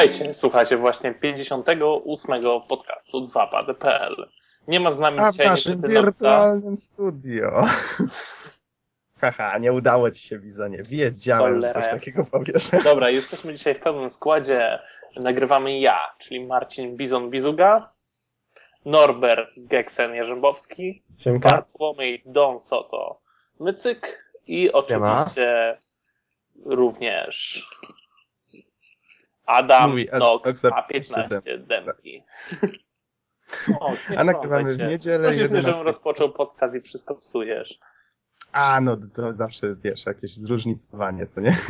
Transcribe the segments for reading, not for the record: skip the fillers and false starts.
Witajcie, słuchacie właśnie 58. podcastu 2pady.pl. Nie ma z nami A w dzisiaj naszym niestety Noxa. wirtualnym studio. Haha, nie udało ci się, Bizonie. Wiedziałem, że Cholera coś jasna. takiego powiesz. Dobra, jesteśmy dzisiaj w pełnym składzie. Nagrywamy ja, czyli Marcin Bizon-Bizuga, Norbert Geksen-Jerzębowski, Siemka. Bartłomiej Don Soto Mycyk i oczywiście również Adam Mówi Nox Noxa A15 Dębski. O, A nagrywamy w niedzielę, Musisz, żebym 11. rozpoczął podcast i wszystko psujesz. A, no to zawsze, wiesz, jakieś zróżnicowanie, co nie?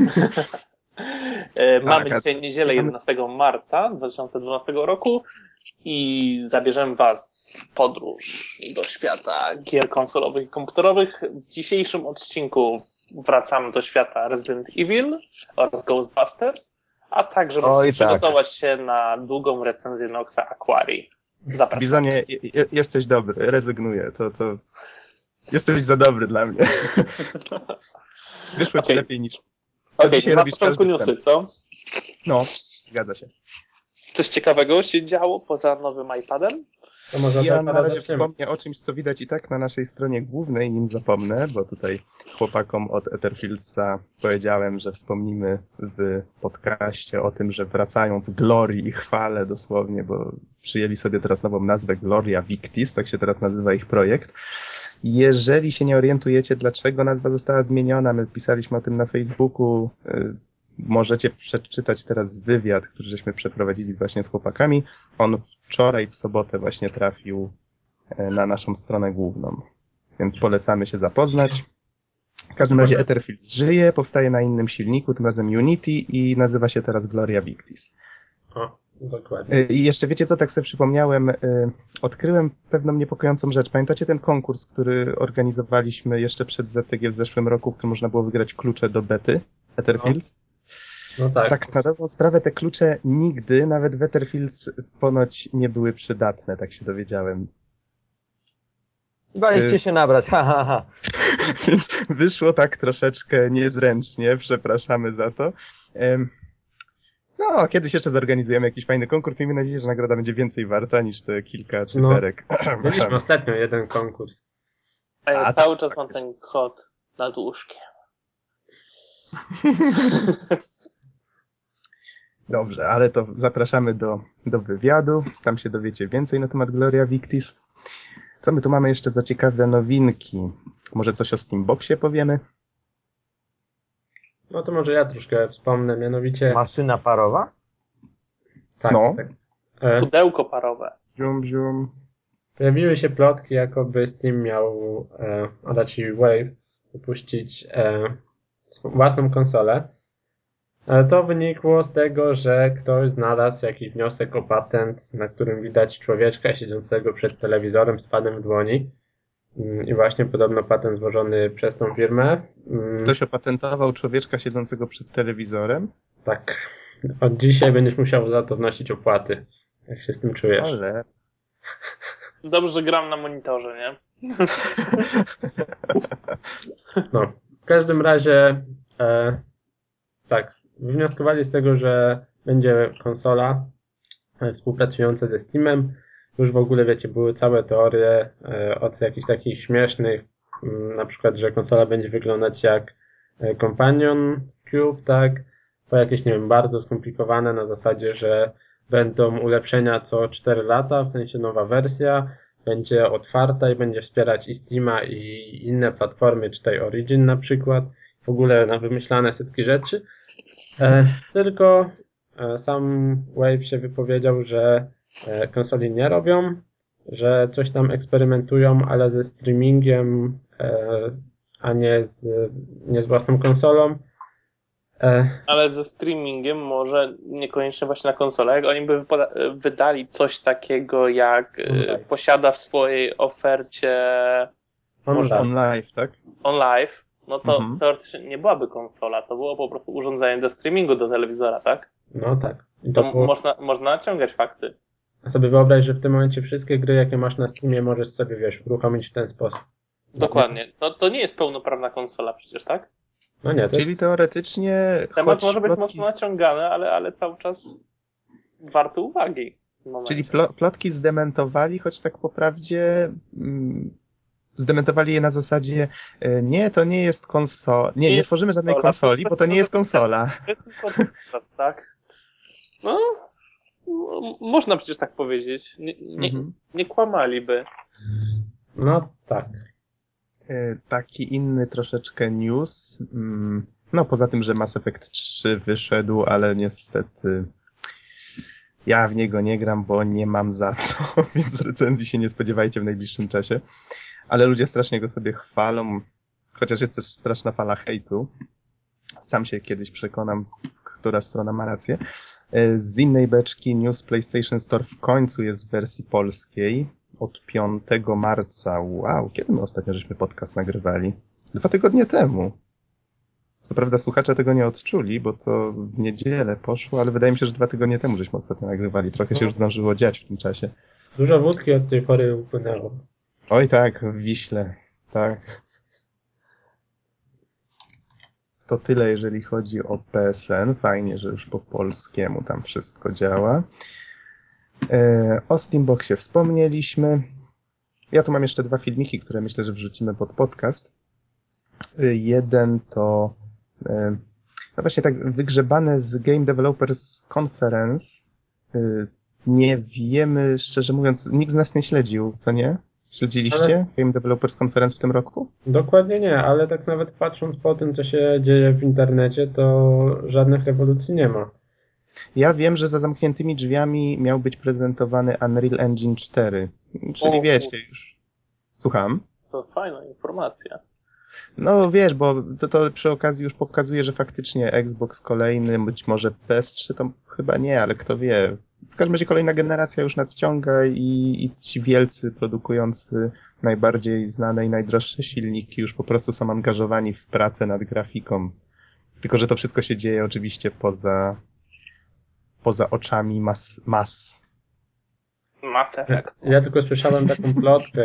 Mamy Tak, dzisiaj niedzielę 11 marca 2012 roku i zabierzemy Was w podróż do świata gier konsolowych i komputerowych. W dzisiejszym odcinku wracamy do świata Resident Evil oraz Ghostbusters, a także musicie przygotować się na długą recenzję Noxa Aquarii. Zapraszam. Bizonie, jesteś dobry, rezygnuję. To jesteś za dobry dla mnie. Wyszło ci lepiej niż... Okej, na początku newsy, co? No, zgadza się. Coś ciekawego się działo poza nowym iPadem? To może Ja na razie wspomnę o czymś, co widać i tak na naszej stronie głównej, nim zapomnę, bo tutaj chłopakom od Etherfieldsa powiedziałem, że wspomnimy w podcaście o tym, że wracają w glorii i chwale dosłownie, bo przyjęli sobie teraz nową nazwę Gloria Victis, tak się teraz nazywa ich projekt. Jeżeli się nie orientujecie, dlaczego nazwa została zmieniona, my pisaliśmy o tym na Facebooku, możecie przeczytać teraz wywiad, który żeśmy przeprowadzili właśnie z chłopakami. On wczoraj w sobotę właśnie trafił na naszą stronę główną, więc polecamy się zapoznać. W każdym razie Etherfields żyje, powstaje na innym silniku, tym razem Unity i nazywa się teraz Gloria Victis. O, dokładnie. I jeszcze wiecie co, tak sobie przypomniałem, odkryłem pewną niepokojącą rzecz. Pamiętacie ten konkurs, który organizowaliśmy jeszcze przed ZTG w zeszłym roku, w którym można było wygrać klucze do bety Etherfields? No tak. Tak, na dobrą sprawę te klucze nigdy, nawet w Etherfields, ponoć nie były przydatne, tak się dowiedziałem. Baliście się nabrać, ha, ha, ha. Więc wyszło tak troszeczkę niezręcznie, przepraszamy za to. No, kiedyś jeszcze zorganizujemy jakiś fajny konkurs. Miejmy nadzieję, że nagroda będzie więcej warta niż te kilka cyferek. Mieliśmy ostatnio jeden konkurs. A ja cały czas mam faktycznie. ten kod nad łóżkiem. Dobrze, ale to zapraszamy do wywiadu. Tam się dowiecie więcej na temat Gloria Victis. Co my tu mamy jeszcze za ciekawe nowinki? Może coś o Steamboxie powiemy? No to może ja troszkę wspomnę, mianowicie... Maszyna parowa? Tak, No. tak. Pudełko parowe. Zium, zium. Pojawiły się plotki, jakoby Steam miał, a raczej Wave, wypuścić własną konsolę. Ale to wynikło z tego, że ktoś znalazł jakiś wniosek o patent, na którym widać człowieczka siedzącego przed telewizorem z padem w dłoni. I właśnie podobno patent złożony przez tą firmę. Ktoś opatentował człowieczka siedzącego przed telewizorem? Tak. Od dzisiaj będziesz musiał za to wnosić opłaty. Jak się z tym czujesz? Ale... Dobrze, że gram na monitorze, nie? No. W każdym razie tak. Wywnioskowali z tego, że będzie konsola współpracująca ze Steamem. Już w ogóle, wiecie, były całe teorie od jakichś takich śmiesznych, na przykład, że konsola będzie wyglądać jak Companion Cube, tak? Po jakieś, nie wiem, bardzo skomplikowane na zasadzie, że będą ulepszenia co 4 lata, w sensie nowa wersja, będzie otwarta i będzie wspierać i Steama i inne platformy, czytaj Origin na przykład. W ogóle na wymyślane setki rzeczy. Tylko sam Wave się wypowiedział, że konsoli nie robią, że coś tam eksperymentują, ale ze streamingiem, a nie z własną konsolą. Ale ze streamingiem może niekoniecznie właśnie na konsolę. Jak oni by wydali coś takiego jak posiada w swojej ofercie On Live, tak? On Live, no to teoretycznie nie byłaby konsola, to było po prostu urządzenie do streamingu do telewizora, tak? No tak. I to można naciągać fakty. A sobie wyobraź, że w tym momencie wszystkie gry, jakie masz na Steamie, możesz sobie, wiesz, uruchomić w ten sposób. Dokładnie. To nie jest pełnoprawna konsola przecież, tak? No nie, Czyli teoretycznie... Temat może być mocno naciągany, ale cały czas warte uwagi w tym Czyli momencie. plotki zdementowali, choć tak po prawdzie zdementowali je na zasadzie nie, to nie jest konsola. Nie, nie jest tworzymy żadnej konsola, konsoli, bo to nie jest konsola. to jest tylko dostęp, tak? No, można przecież tak powiedzieć. Nie kłamaliby. No tak. Taki inny troszeczkę news. No poza tym, że Mass Effect 3 wyszedł, ale niestety ja w niego nie gram, bo nie mam za co, więc recenzji się nie spodziewajcie w najbliższym czasie. Ale ludzie strasznie go sobie chwalą, chociaż jest też straszna fala hejtu. Sam się kiedyś przekonam, która strona ma rację. Z innej beczki news PlayStation Store w końcu jest w wersji polskiej od 5 marca. Wow, kiedy my ostatnio żeśmy podcast nagrywali? 2 tygodnie temu. Co prawda słuchacze tego nie odczuli, bo to w niedzielę poszło, ale wydaje mi się, że 2 tygodnie temu żeśmy ostatnio nagrywali. Trochę się już zdążyło dziać w tym czasie. Dużo wódki od tej pory upłynęło. Oj tak, w Wiśle. Tak. To tyle, jeżeli chodzi o PSN. Fajnie, że już po polskiemu tam wszystko działa. O Steamboxie wspomnieliśmy. Ja tu mam jeszcze 2 filmiki, które myślę, że wrzucimy pod podcast. Jeden to no właśnie tak wygrzebane z Game Developers Conference. Nie wiemy, szczerze mówiąc, nikt z nas nie śledził, co nie? Śledziliście Game Developers Conference w tym roku? Dokładnie nie, ale tak nawet patrząc po tym, co się dzieje w internecie, to żadnych rewolucji nie ma. Ja wiem, że za zamkniętymi drzwiami miał być prezentowany Unreal Engine 4, czyli wiecie już. Słucham? To fajna informacja. No wiesz, bo to przy okazji już pokazuje, że faktycznie Xbox kolejny, być może PS3 to chyba nie, ale kto wie. W każdym razie kolejna generacja już nadciąga i ci wielcy produkujący najbardziej znane i najdroższe silniki już po prostu są angażowani w pracę nad grafiką. Tylko że to wszystko się dzieje oczywiście poza oczami Mass. Mass Effect. Ja tylko słyszałem taką plotkę,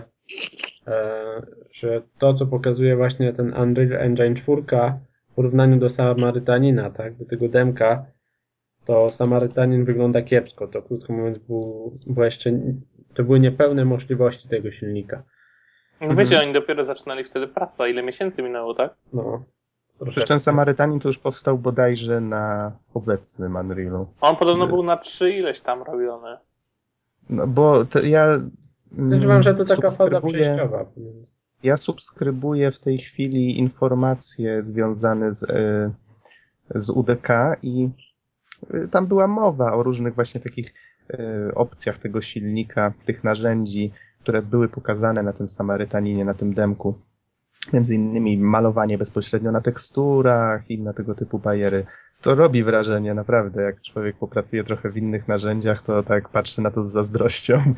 że to, co pokazuje właśnie ten Unreal Engine 4 w porównaniu do Samarytanina, tak, do tego demka, to Samarytanin wygląda kiepsko. To krótko mówiąc to były niepełne możliwości tego silnika. No wiecie, oni dopiero zaczynali wtedy pracę, a ile miesięcy minęło, tak? No. Przecież ten Samarytanin to już powstał bodajże na obecnym Unrealu. On podobno był na 3 ileś tam robiony. No bo ja Podejrzewam, że to taka faza przejściowa. Ja subskrybuję w tej chwili informacje związane z UDK i tam była mowa o różnych właśnie takich opcjach tego silnika, tych narzędzi, które były pokazane na tym Samarytaninie, na tym demku. Między innymi malowanie bezpośrednio na teksturach i inne tego typu bajery. To robi wrażenie, naprawdę. Jak człowiek popracuje trochę w innych narzędziach, to tak patrzy na to z zazdrością.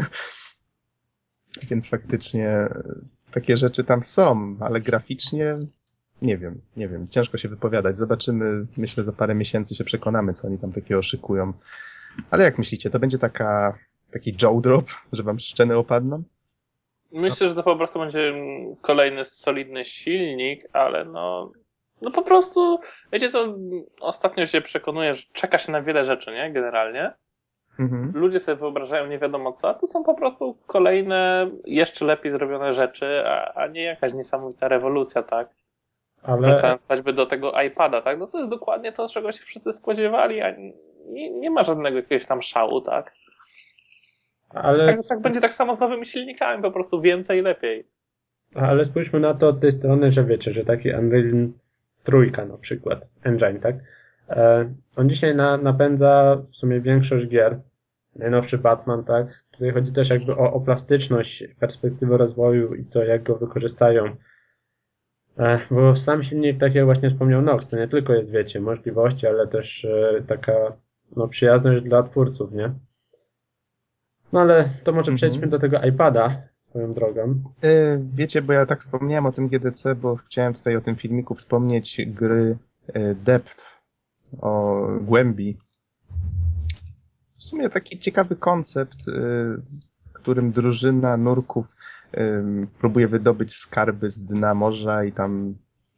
Więc faktycznie takie rzeczy tam są, ale graficznie nie wiem. Ciężko się wypowiadać. Zobaczymy, myślę, za parę miesięcy się przekonamy, co oni tam takiego szykują. Ale jak myślicie, to będzie taki jaw drop, że wam szczeny opadną? Myślę, że to po prostu będzie kolejny solidny silnik, ale no po prostu, wiecie co, ostatnio się przekonuję, że czeka się na wiele rzeczy, nie? Generalnie. Mhm. Ludzie sobie wyobrażają nie wiadomo co, a to są po prostu kolejne, jeszcze lepiej zrobione rzeczy, a nie jakaś niesamowita rewolucja, tak? Wracając choćby do tego iPada, tak? No to jest dokładnie to, czego się wszyscy spodziewali, a nie ma żadnego jakiegoś tam szału, tak? Ale Tak będzie tak samo z nowymi silnikami, po prostu więcej, lepiej. Ale spójrzmy na to od tej strony, że wiecie, że taki Unreal 3 na przykład, engine, tak? On dzisiaj napędza w sumie większość gier. Najnowszy Batman, tak? Tutaj chodzi też jakby o plastyczność, perspektywę rozwoju i to, jak go wykorzystają. Bo sam silnik, tak jak właśnie wspomniał Nox, to nie tylko jest, wiecie, możliwości, ale też taka przyjazność dla twórców, nie? No ale to może przejdźmy do tego iPada, swoją drogą. Wiecie, bo ja tak wspomniałem o tym GDC, bo chciałem tutaj o tym filmiku wspomnieć gry Depth, o głębi. W sumie taki ciekawy koncept, w którym drużyna nurków próbuje wydobyć skarby z dna morza i tam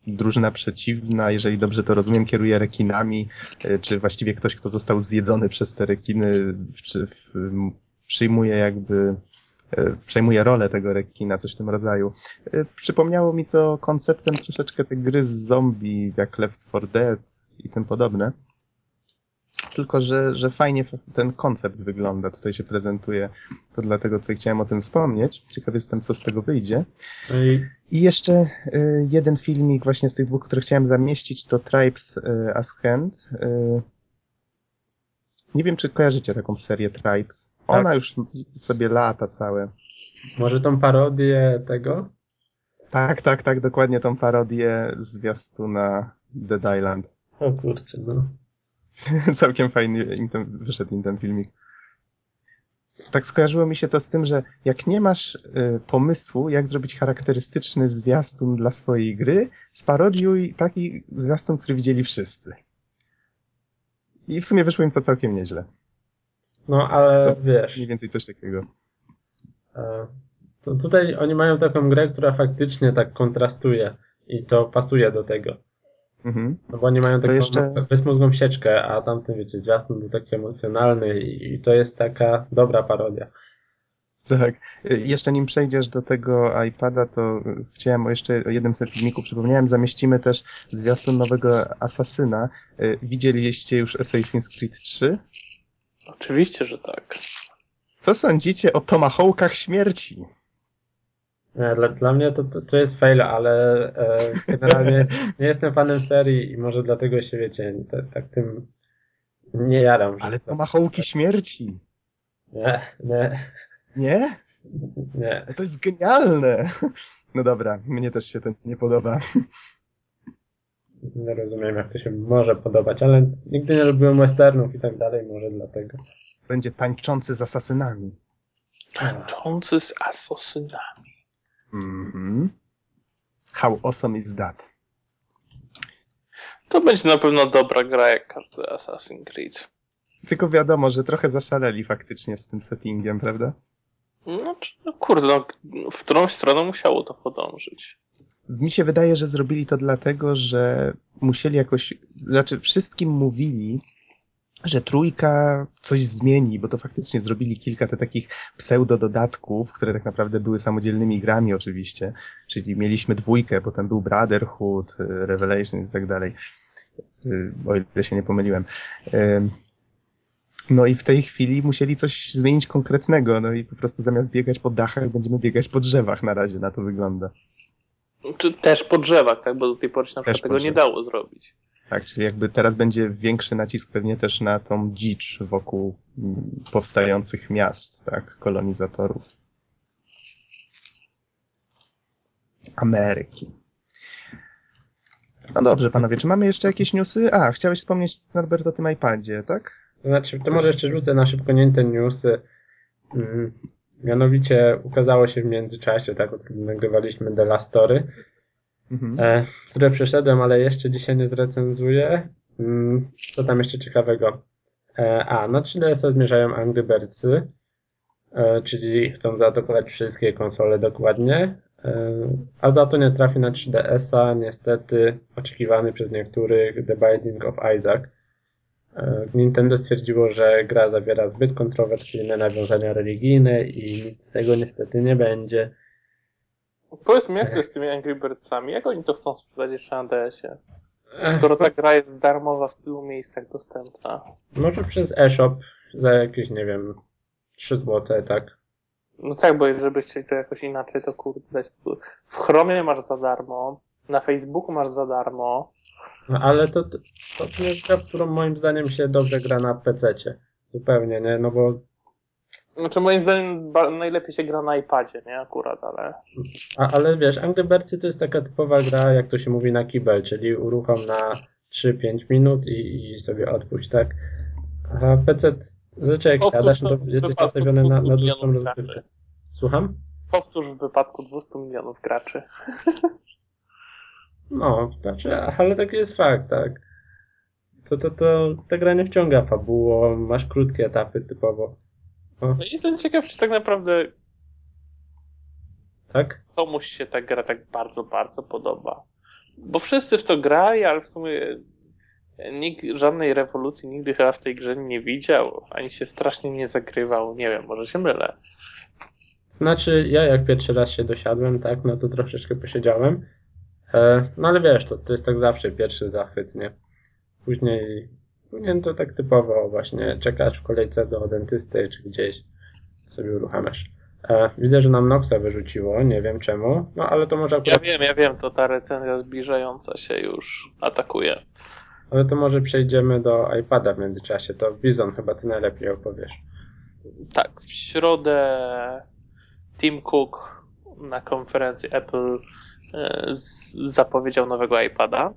drużyna przeciwna, jeżeli dobrze to rozumiem, kieruje rekinami, czy właściwie ktoś, kto został zjedzony przez te rekiny, przejmuje rolę tego rekina, coś w tym rodzaju. Przypomniało mi to konceptem troszeczkę tej gry z zombie, jak Left 4 Dead i tym podobne. Tylko, że fajnie ten koncept wygląda, tutaj się prezentuje. To dlatego tutaj chciałem o tym wspomnieć. Ciekaw jestem, co z tego wyjdzie. I jeszcze jeden filmik właśnie z tych dwóch, które chciałem zamieścić, to Tribes Ascend. Nie wiem, czy kojarzycie taką serię Tribes. Ona Tak. już sobie lata całe. Może tą parodię tego? Tak, dokładnie tą parodię zwiastuna Dead Island. O kurczę, no. Całkiem fajnie wyszedł im ten filmik. Tak skojarzyło mi się to z tym, że jak nie masz pomysłu, jak zrobić charakterystyczny zwiastun dla swojej gry, sparodiuj taki zwiastun, który widzieli wszyscy. I w sumie wyszło im to całkiem nieźle. No, ale To wiesz, mniej więcej coś takiego. to tutaj oni mają taką grę, która faktycznie tak kontrastuje i to pasuje do tego. Mhm. No bo oni mają taką jeszcze- bezmózgą sieczkę, a tamten, wiecie, zwiastun był taki emocjonalny i to jest taka dobra parodia. Tak. Jeszcze nim przejdziesz do tego iPada, to chciałem jeszcze o jednym z filmików przypomniałem, zamieścimy też zwiastun nowego Asasyna. Widzieliście już Assassin's Creed 3? Oczywiście, że tak. Co sądzicie o tomahawkach śmierci? Nie, dla mnie to jest fail, ale generalnie nie jestem fanem serii i może dlatego się, wiecie, tak tym nie jaram. Ale tomahawki śmierci! Nie. Nie? Nie. To jest genialne! No dobra, mnie też się to nie podoba. Nie rozumiem, jak to się może podobać, ale nigdy nie lubiłem westernów i tak dalej, może dlatego. Będzie tańczący z asasynami. Tańczący z asasynami. Mhm. How awesome is that? To będzie na pewno dobra gra jak każdy Assassin's Creed. Tylko wiadomo, że trochę zaszaleli faktycznie z tym settingiem, prawda? No kurde, no, w którąś stronę musiało to podążyć. Mi się wydaje, że zrobili to dlatego, że musieli jakoś... Znaczy, wszystkim mówili, że trójka coś zmieni, bo to faktycznie zrobili kilka takich pseudo-dodatków, które tak naprawdę były samodzielnymi grami oczywiście. Czyli mieliśmy dwójkę, potem był Brotherhood, Revelations i tak dalej. O ile się nie pomyliłem. No i w tej chwili musieli coś zmienić konkretnego, no i po prostu zamiast biegać po dachach, będziemy biegać po drzewach na razie, na to wygląda. Czy też po drzewach, tak? Bo do tej pory się na Też przykład po tego nie drzewach. dało zrobić. Tak, czyli jakby teraz będzie większy nacisk pewnie też na tą dzicz wokół powstających miast, tak, kolonizatorów. Ameryki. No dobrze, panowie, czy mamy jeszcze jakieś newsy? A, chciałeś wspomnieć, Norbert, o tym iPadzie, tak? To znaczy, to może jeszcze rzucę na szybko nie te newsy. Mianowicie ukazało się w międzyczasie, tak, od kiedy nagrywaliśmy The Last Story, które przeszedłem, ale jeszcze dzisiaj nie zrecenzuję. Co tam jeszcze ciekawego? Na 3DS-a zmierzają Angry Birdsy, czyli chcą zaatakować wszystkie konsole dokładnie, a za to nie trafi na 3DS-a niestety oczekiwany przez niektórych The Binding of Isaac. Nintendo stwierdziło, że gra zawiera zbyt kontrowersyjne nawiązania religijne i nic z tego niestety nie będzie. Powiedz mi, jak to jest z tymi Angry Birdsami? Jak oni to chcą sprzedać jeszcze na DS-ie? Skoro ta gra jest darmowa w tylu miejscach dostępna. Może przez eShop za jakieś, nie wiem, 3 zł, tak. No tak, bo jeżeli byś chcieli to jakoś inaczej, to kurde, w Chromie masz za darmo, na Facebooku masz za darmo. No, ale to jest gra, którą moim zdaniem się dobrze gra na PC-cie. Zupełnie, nie? No bo... Znaczy moim zdaniem najlepiej się gra na iPadzie, nie? Akurat, ale... Ale wiesz, Angry Birdsy to jest taka typowa gra, jak to się mówi, na kibel, czyli uruchom na 3-5 minut i sobie odpuść, tak? A PC, rzeczy jak siadasz, no to jesteś nastawiony na dłuższą rozgrywkę. Słucham? Powtórz w wypadku 200 milionów graczy. No, znaczy, ale taki jest fakt, tak. Ta gra nie wciąga fabułą, masz krótkie etapy typowo. No i jestem ciekaw, czy tak naprawdę Tak? komuś się ta gra tak bardzo, bardzo podoba. Bo wszyscy w to grali, ale w sumie nikt żadnej rewolucji nigdy chyba w tej grze nie widział, ani się strasznie nie zagrywał. Nie wiem, może się mylę. Znaczy, ja jak pierwszy raz się dosiadłem, tak, no to troszeczkę posiedziałem. No ale wiesz, to jest tak zawsze pierwszy zachwyt, nie? Później to tak typowo właśnie czekasz w kolejce do dentysty czy gdzieś sobie uruchamiasz. Widzę, że nam Noxa wyrzuciło, nie wiem czemu, no ale to może akurat... Ja wiem, to ta recenzja zbliżająca się już atakuje. Ale to może przejdziemy do iPada w międzyczasie, to Bizon chyba ty najlepiej opowiesz. Tak, w środę Tim Cook na konferencji Apple zapowiedział nowego iPada.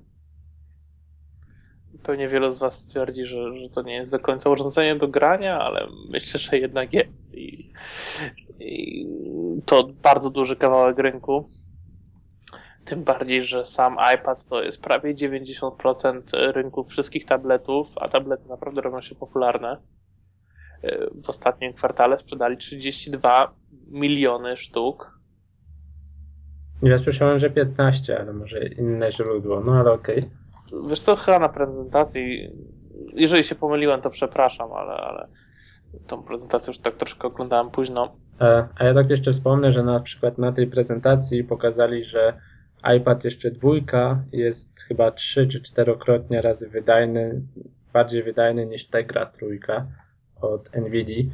Pewnie wielu z was stwierdzi, że to nie jest do końca urządzenie do grania, ale myślę, że jednak jest. I to bardzo duży kawałek rynku. Tym bardziej, że sam iPad to jest prawie 90% rynku wszystkich tabletów, a tablety naprawdę robią się popularne. W ostatnim kwartale sprzedali 32 miliony sztuk. Ja słyszałem, że 15, ale może inne źródło, no ale okej. Wiesz co, chyba na prezentacji, jeżeli się pomyliłem, to przepraszam, ale tą prezentację już tak troszkę oglądałem późno. A ja tak jeszcze wspomnę, że na przykład na tej prezentacji pokazali, że iPad jeszcze 2 jest chyba 3 czy 4-krotnie razy wydajny, bardziej wydajny niż Tegra 3 od Nvidia.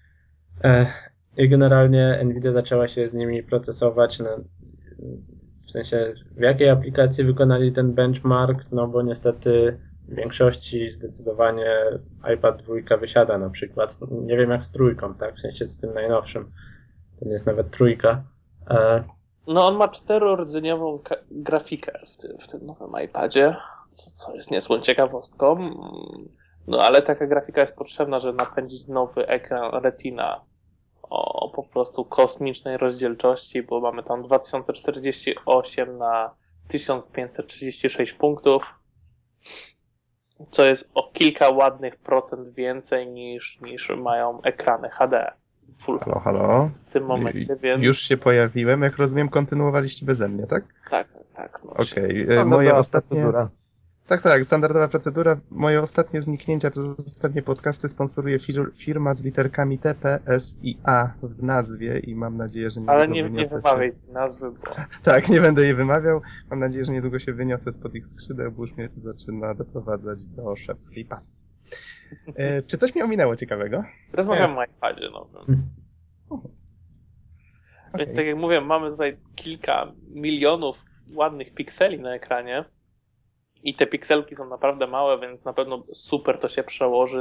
I generalnie Nvidia zaczęła się z nimi procesować, w sensie w jakiej aplikacji wykonali ten benchmark, no bo niestety w większości zdecydowanie iPad 2 wysiada na przykład. Nie wiem jak z 3, tak? W sensie z tym najnowszym. To nie jest nawet 3. No on ma 4-rdzeniową grafikę w tym nowym iPadzie, co jest niezłą ciekawostką. No ale taka grafika jest potrzebna, żeby napędzić nowy ekran Retina o po prostu kosmicznej rozdzielczości, bo mamy tam 2048 na 1536 punktów, co jest o kilka ładnych procent więcej niż mają ekrany HD. Full Halo. w tym momencie, więc... Już się pojawiłem, jak rozumiem, kontynuowaliście beze mnie, tak? Tak. No Okej, No, moje dobra ostatnie... procedura. Tak, standardowa procedura. Moje ostatnie zniknięcia przez ostatnie podcasty sponsoruje firma z literkami T, P, S i A w nazwie i mam nadzieję, że Ale niedługo nie wyniosę wymawiaj się... tej nazwy, bo... Tak, nie będę jej wymawiał. Mam nadzieję, że niedługo się wyniosę spod ich skrzydeł, bo już mnie to zaczyna doprowadzać do szewskiej pasy. Czy coś mi ominęło ciekawego? Rozmawiamy o iPadzie nowym. Więc Okay. tak jak mówię, mamy tutaj kilka milionów ładnych pikseli na ekranie i te pikselki są naprawdę małe, więc na pewno super to się przełoży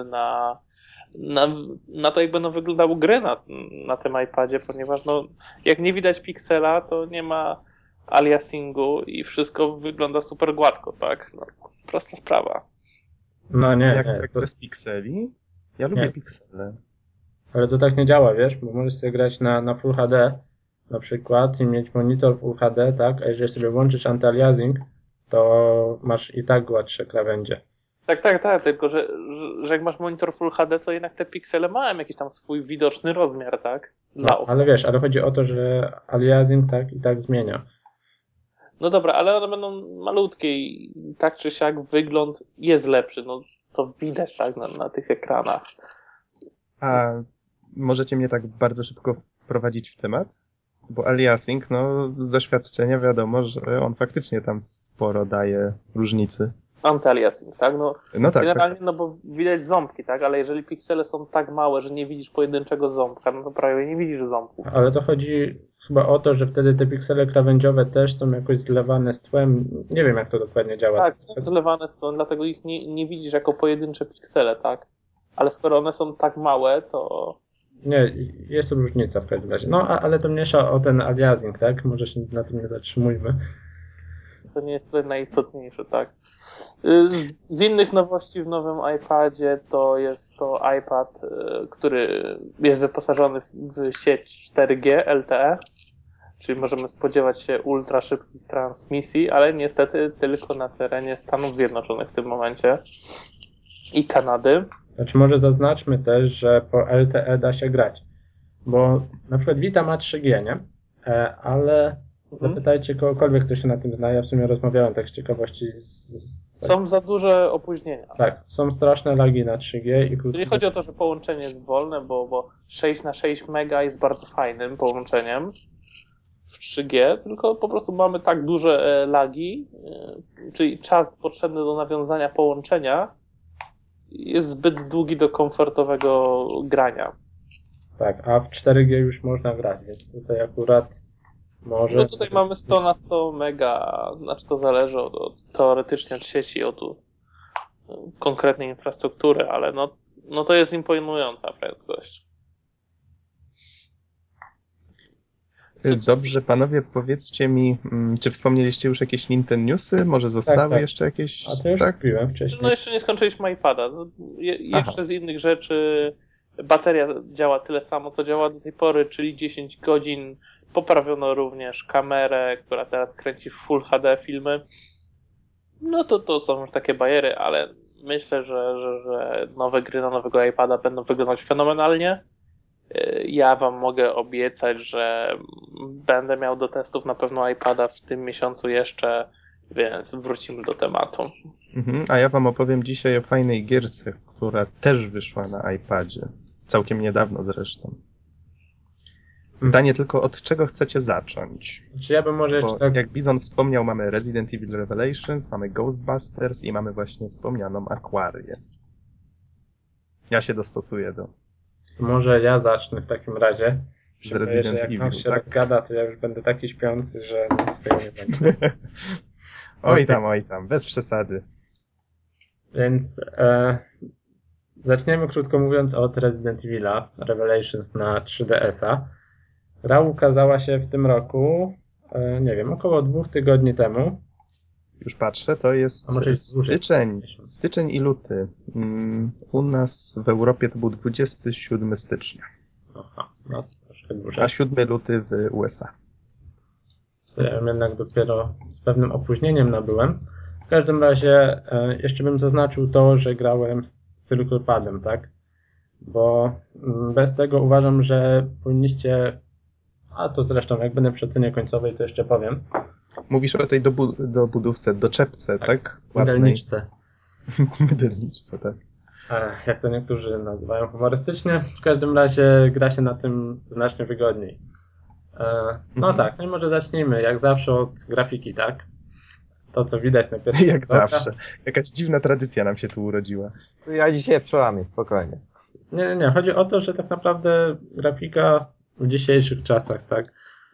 na to, jak będą wyglądały gry na tym iPadzie, ponieważ no, jak nie widać piksela, to nie ma aliasingu i wszystko wygląda super gładko, tak? No, prosta sprawa. No nie, Jak nie. tak bez pikseli? Ja lubię piksele. Ale to tak nie działa, wiesz, bo możesz sobie grać na Full HD na przykład i mieć monitor Full HD, tak, a jeżeli sobie włączysz anti-aliasing, to masz i tak gładsze krawędzie. Tak, tylko że jak masz monitor Full HD, to jednak te piksele mają jakiś tam swój widoczny rozmiar, tak? No, ale wiesz, ale chodzi o to, że aliasing tak i tak zmienia. No dobra, ale one będą malutkie i tak czy siak wygląd jest lepszy, no to widać tak na tych ekranach. A możecie mnie tak bardzo szybko wprowadzić w temat? Bo aliasing, no z doświadczenia wiadomo, że on faktycznie tam sporo daje różnicy. Anti-aliasing, tak? No tak. Generalnie, Tak. no bo widać ząbki, tak? Ale jeżeli piksele są tak małe, że nie widzisz pojedynczego ząbka, no to prawie nie widzisz ząbków. Ale to chodzi chyba o to, że wtedy te piksele krawędziowe też są jakoś zlewane z tłem. Nie wiem, jak to dokładnie działa. Tak, są zlewane z tłem, dlatego ich nie widzisz jako pojedyncze piksele, tak? Ale skoro one są tak małe, to... Nie, jest różnica w każdym razie. No, ale to mniejsza o ten aliasing, tak? Może się na tym nie zatrzymujmy. To nie jest to najistotniejsze, tak? Z innych nowości w nowym iPadzie to jest to iPad, który jest wyposażony w sieć 4G LTE, czyli możemy spodziewać się ultra szybkich transmisji, ale niestety tylko na terenie Stanów Zjednoczonych w tym momencie i Kanady. Znaczy może zaznaczmy też, że po LTE da się grać, bo na przykład Vita ma 3G, nie? Ale Zapytajcie kogokolwiek, kto się na tym zna. Ja w sumie rozmawiałem tak z ciekawości Są za duże opóźnienia. Tak, są straszne lagi na 3G i To nie chodzi o to, że połączenie jest wolne, bo 6 na 6 mega jest bardzo fajnym połączeniem w 3G, tylko po prostu mamy tak duże lagi, czyli czas potrzebny do nawiązania połączenia jest zbyt długi do komfortowego grania. Tak, a w 4G już można grać, więc tutaj akurat może... No tutaj mamy 100 na 100 mega, znaczy to zależy teoretycznie od sieci, od konkretnej infrastruktury, ale no to jest imponująca prędkość. Dobrze, panowie, powiedzcie mi, czy wspomnieliście już jakieś Nintendo Newsy? Może zostały tak. jeszcze jakieś? A to już Tak? mówiłem wcześniej. No jeszcze nie skończyliśmy iPada. No, jeszcze z innych rzeczy bateria działa tyle samo, co działa do tej pory, czyli 10 godzin. Poprawiono również kamerę, która teraz kręci w Full HD filmy. No to są już takie bajery, ale myślę, że nowe gry na nowego iPada będą wyglądać fenomenalnie. Ja wam mogę obiecać, że będę miał do testów na pewno iPada w tym miesiącu jeszcze, więc wrócimy do tematu. A ja wam opowiem dzisiaj o fajnej gierce, która też wyszła na iPadzie. Całkiem niedawno zresztą. Pytanie tylko, od czego chcecie zacząć? Czy ja bym może Bo jeszcze tak... jak Bizon wspomniał, mamy Resident Evil Revelations, mamy Ghostbusters i mamy właśnie wspomnianą Aquarię. Ja się dostosuję do Może ja zacznę w takim razie. z Resident Jak Evil, noc się tak? rozgada, to ja już będę taki śpiący, że nic z tego nie będzie. Oj tam, bez przesady. Więc zaczniemy krótko mówiąc od Resident Evil'a Revelations na 3DS-a. Gra ukazała się w tym roku, nie wiem, około 2 tygodni temu. Już patrzę, to jest A może jest dłużej. styczeń i luty. U nas w Europie to był 27 stycznia, Aha, no to troszkę dłużej. a 7 luty w USA. To ja ją jednak dopiero z pewnym opóźnieniem nabyłem. W każdym razie jeszcze bym zaznaczył to, że grałem z Silverpadem, tak? Bo bez tego uważam, że powinniście, a to zresztą jak będę przy cenie końcowej, to jeszcze powiem. Mówisz o tej dobudówce, doczepce, tak? Mydelniczce. Mydelniczce, tak. Jak to niektórzy nazywają humorystycznie. W każdym razie gra się na tym znacznie wygodniej. No tak, no i może zacznijmy, jak zawsze od grafiki, tak? To, co widać na pierwszym Jak zawsze. Jakaś dziwna tradycja nam się tu urodziła. Ja dzisiaj przełamię, spokojnie. Nie. Chodzi o to, że tak naprawdę grafika w dzisiejszych czasach, tak?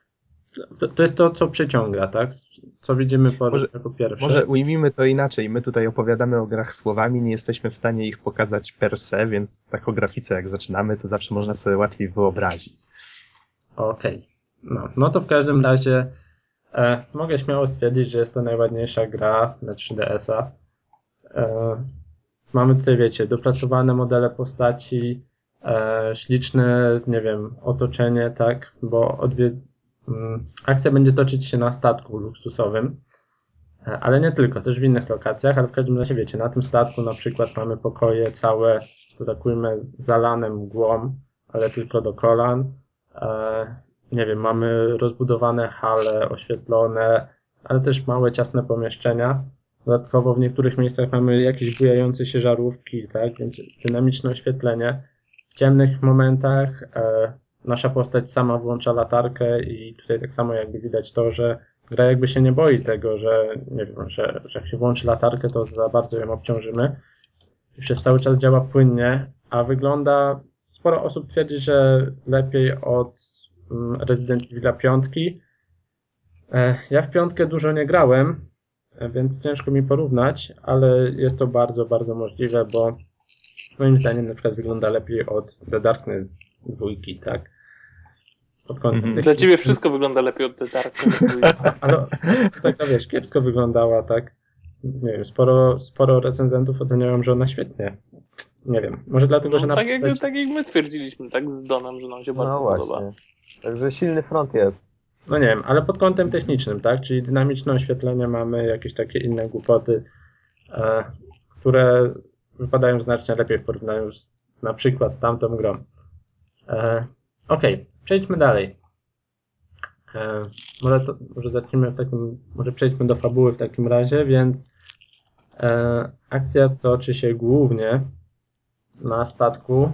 To jest to, co przyciąga, tak? Co widzimy jako pierwsze. Może ujmijmy to inaczej. My tutaj opowiadamy o grach słowami, nie jesteśmy w stanie ich pokazać per se, więc tak o grafice jak zaczynamy, to zawsze można sobie łatwiej wyobrazić. Okej. No to w każdym razie mogę śmiało stwierdzić, że jest to najładniejsza gra na 3DS-a. Mamy tutaj, wiecie, dopracowane modele postaci, śliczne, nie wiem, otoczenie, tak? Bo akcja będzie toczyć się na statku luksusowym, ale nie tylko, też w innych lokacjach, ale w każdym razie, wiecie, na tym statku na przykład mamy pokoje całe, to tak ujmę, zalane mgłą, ale tylko do kolan. Nie wiem, mamy rozbudowane hale, oświetlone, ale też małe, ciasne pomieszczenia. Dodatkowo w niektórych miejscach mamy jakieś bujające się żarówki, tak, więc dynamiczne oświetlenie. W ciemnych momentach nasza postać sama włącza latarkę i tutaj tak samo jakby widać to, że gra jakby się nie boi tego, że nie wiem, że jak się włączy latarkę, to za bardzo ją obciążymy. I przez cały czas działa płynnie, a wygląda, sporo osób twierdzi, że lepiej od Resident Evil 5. Ja w 5 dużo nie grałem, więc ciężko mi porównać, ale jest to bardzo, bardzo możliwe, bo moim zdaniem na przykład wygląda lepiej od The Darkness 2, tak? Pod kątem Dla ciebie wszystko wygląda lepiej od The Darkness 2. Ale tak, no wiesz, kiepsko wyglądała, tak? Nie wiem, sporo recenzentów oceniają, że ona świetnie. Nie wiem, może dlatego, że na tak jak my twierdziliśmy, tak z Donem, że nam się bardzo podoba. Także silny front jest. No nie wiem, ale pod kątem technicznym, tak? Czyli dynamiczne oświetlenie, mamy jakieś takie inne głupoty, które wypadają znacznie lepiej w porównaniu z na przykład tamtą grą. Okej, przejdźmy dalej. Może zacznijmy może przejdźmy do fabuły w takim razie, więc akcja toczy się głównie na statku,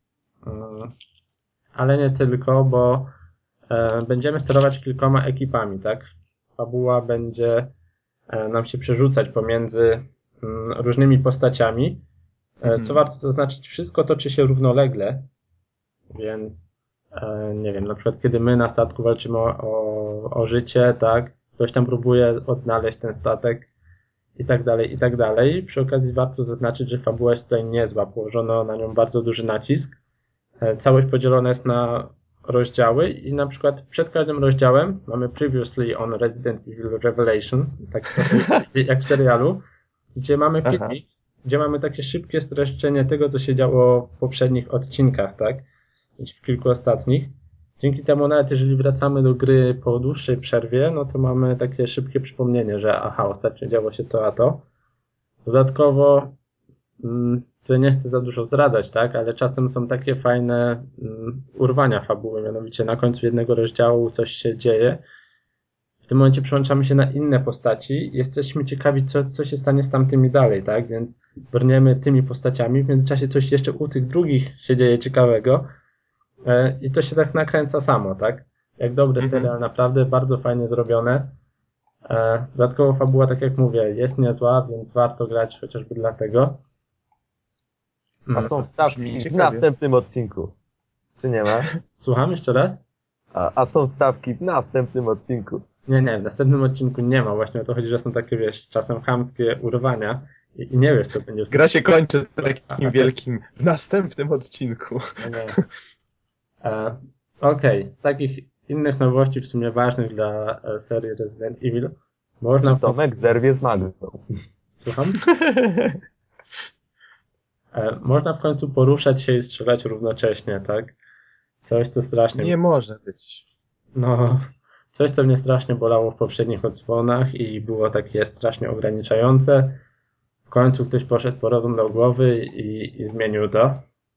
ale nie tylko, bo będziemy sterować kilkoma ekipami, tak? Fabuła będzie nam się przerzucać pomiędzy różnymi postaciami. Co warto zaznaczyć, wszystko toczy się równolegle, więc nie wiem, na przykład kiedy my na statku walczymy o życie, tak? Ktoś tam próbuje odnaleźć ten statek i tak dalej, i tak dalej. Przy okazji warto zaznaczyć, że fabuła jest tutaj niezła, położono na nią bardzo duży nacisk. Całość podzielona jest na rozdziały i na przykład przed każdym rozdziałem mamy Previously on Resident Evil Revelations, tak jak w serialu, gdzie mamy filmik, gdzie mamy takie szybkie streszczenie tego, co się działo w poprzednich odcinkach, tak? W kilku ostatnich. Dzięki temu nawet jeżeli wracamy do gry po dłuższej przerwie, no to mamy takie szybkie przypomnienie, że ostatnio działo się to, a to. Dodatkowo tutaj nie chcę za dużo zdradzać, tak, ale czasem są takie fajne urwania fabuły, mianowicie na końcu jednego rozdziału coś się dzieje. W tym momencie przełączamy się na inne postaci i jesteśmy ciekawi, co się stanie z tamtymi dalej, tak, więc brniemy tymi postaciami, w międzyczasie coś jeszcze u tych drugich się dzieje ciekawego i to się tak nakręca samo, tak, jak dobry serial, naprawdę bardzo fajnie zrobione. Dodatkowo fabuła, tak jak mówię, jest niezła, więc warto grać chociażby dlatego. A są wstawki w następnym odcinku. Czy nie ma? Słucham jeszcze raz? A są wstawki w następnym odcinku. Nie, w następnym odcinku nie ma. Właśnie o to chodzi, że są takie, wiesz, czasem chamskie urwania i nie wiesz, co będzie w Gra się kończy takim wielkim w następnym odcinku. Nie. Okej, z takich innych nowości w sumie ważnych dla serii Resident Evil można... Tomek zerwie z Magdą. Słucham? Można w końcu poruszać się i strzelać równocześnie, tak? Coś, co strasznie... Nie może być. No, coś, co mnie strasznie bolało w poprzednich odsłonach i było takie strasznie ograniczające. W końcu ktoś poszedł po rozum do głowy i zmienił to.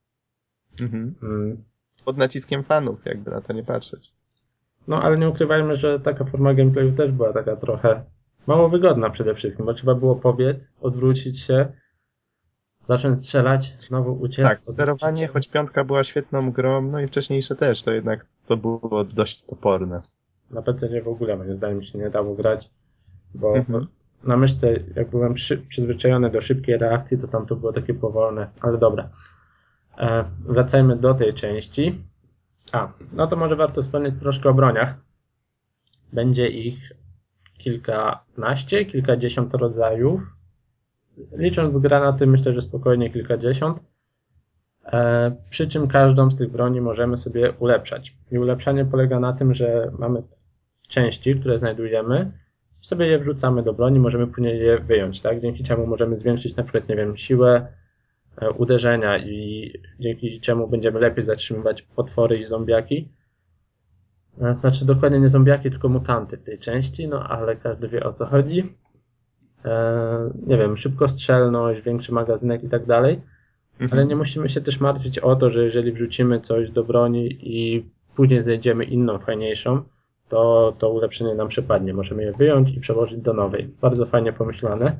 Pod naciskiem fanów, jakby na to nie patrzeć. No, ale nie ukrywajmy, że taka forma gameplayu też była taka trochę mało wygodna przede wszystkim, bo trzeba było pobiec, odwrócić się, zacząć strzelać, znowu uciec. Tak, sterowanie, choć piątka była świetną grą, no i wcześniejsze też, to jednak to było dość toporne. Na PC w ogóle moim zdaniem się nie dało grać, bo na myszce jak byłem przyzwyczajony do szybkiej reakcji, to tam to było takie powolne, ale dobra. Wracajmy do tej części. No to może warto wspomnieć troszkę o broniach. Będzie ich kilkanaście, kilkadziesiąt rodzajów. Licząc granaty, myślę, że spokojnie kilkadziesiąt. Przy czym każdą z tych broni możemy sobie ulepszać. I ulepszanie polega na tym, że mamy części, które znajdujemy, sobie je wrzucamy do broni, możemy później je wyjąć, tak? Dzięki czemu możemy zwiększyć na przykład, nie wiem, siłę uderzenia i dzięki czemu będziemy lepiej zatrzymywać potwory i zombiaki. Znaczy dokładnie nie zombiaki, tylko mutanty w tej części, no ale każdy wie, o co chodzi. Nie wiem, szybkostrzelność, większy magazynek i tak dalej, ale nie musimy się też martwić o to, że jeżeli wrzucimy coś do broni i później znajdziemy inną, fajniejszą, to ulepszenie nam przepadnie. Możemy je wyjąć i przełożyć do nowej. Bardzo fajnie pomyślane.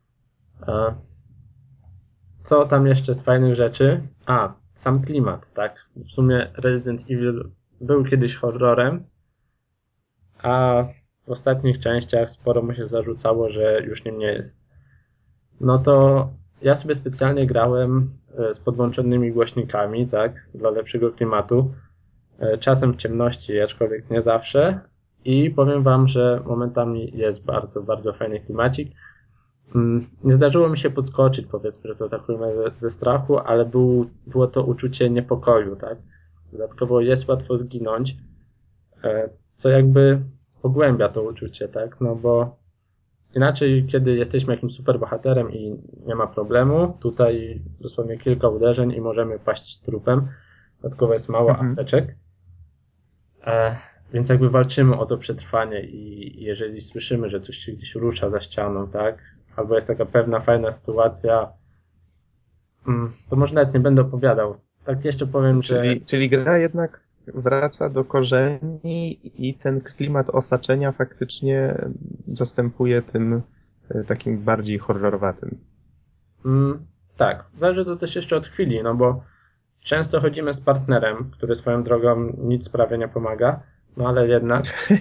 Co tam jeszcze z fajnych rzeczy? Sam klimat, tak. W sumie Resident Evil był kiedyś horrorem, a w ostatnich częściach sporo mu się zarzucało, że już nim nie jest. No to ja sobie specjalnie grałem z podłączonymi głośnikami, tak, dla lepszego klimatu. Czasem w ciemności, aczkolwiek nie zawsze. I powiem wam, że momentami jest bardzo, bardzo fajny klimacik. Nie zdarzyło mi się podskoczyć, powiedzmy, że to tak powiem ze strachu, ale było to uczucie niepokoju, tak. Dodatkowo jest łatwo zginąć, co jakby pogłębia to uczucie, tak, no bo inaczej, kiedy jesteśmy jakimś superbohaterem i nie ma problemu, tutaj dosłownie kilka uderzeń i możemy paść trupem. Dodatkowo jest mało apteczek. Więc jakby walczymy o to przetrwanie i jeżeli słyszymy, że coś się gdzieś rusza za ścianą, tak? Albo jest taka pewna fajna sytuacja, to może nawet nie będę opowiadał. Tak jeszcze powiem, Czyli gra jednak wraca do korzeni i ten klimat osaczenia faktycznie zastępuje tym takim bardziej horrorowatym. Tak, zależy to też jeszcze od chwili, no bo często chodzimy z partnerem, który swoją drogą nic prawie nie pomaga, no ale jednak,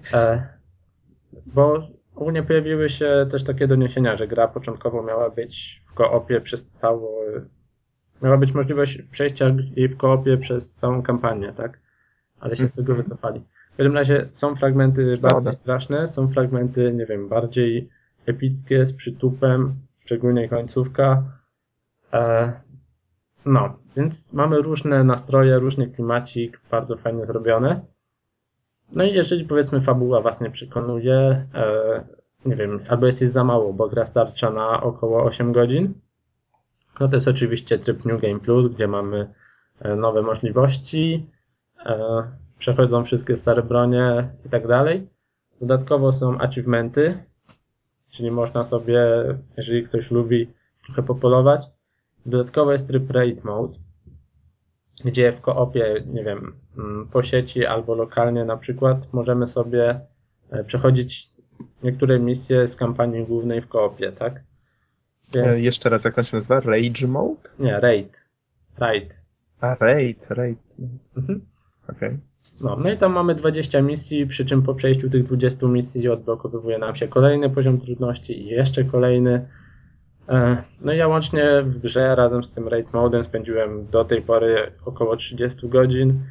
bo ogólnie pojawiły się też takie doniesienia, że gra początkowo miała być w koopie miała być możliwość przejścia jej w koopie przez całą kampanię, tak? Ale się z tego wycofali. W każdym razie są fragmenty bardziej straszne, są fragmenty, nie wiem, bardziej epickie, z przytupem, szczególnie końcówka. No, więc mamy różne nastroje, różny klimacik, bardzo fajnie zrobione. No i jeżeli powiedzmy fabuła was nie przekonuje, nie wiem, albo jest za mało, bo gra starcza na około 8 godzin, no to jest oczywiście tryb New Game Plus, gdzie mamy nowe możliwości, przechodzą wszystkie stare bronie i tak dalej. Dodatkowo są achievementy, czyli można sobie, jeżeli ktoś lubi, trochę popolować. Dodatkowo jest tryb Raid Mode, gdzie w koopie, nie wiem, po sieci albo lokalnie na przykład możemy sobie przechodzić niektóre misje z kampanii głównej w koopie, tak? Więc... Jeszcze raz, jak on się nazywa? Rage Mode? Nie, Raid. A, Raid. Mhm. Okej. No i tam mamy 20 misji, przy czym po przejściu tych 20 misji odblokowuje nam się kolejny poziom trudności i jeszcze kolejny. No i ja łącznie w grze razem z tym Raid Modem spędziłem do tej pory około 30 godzin.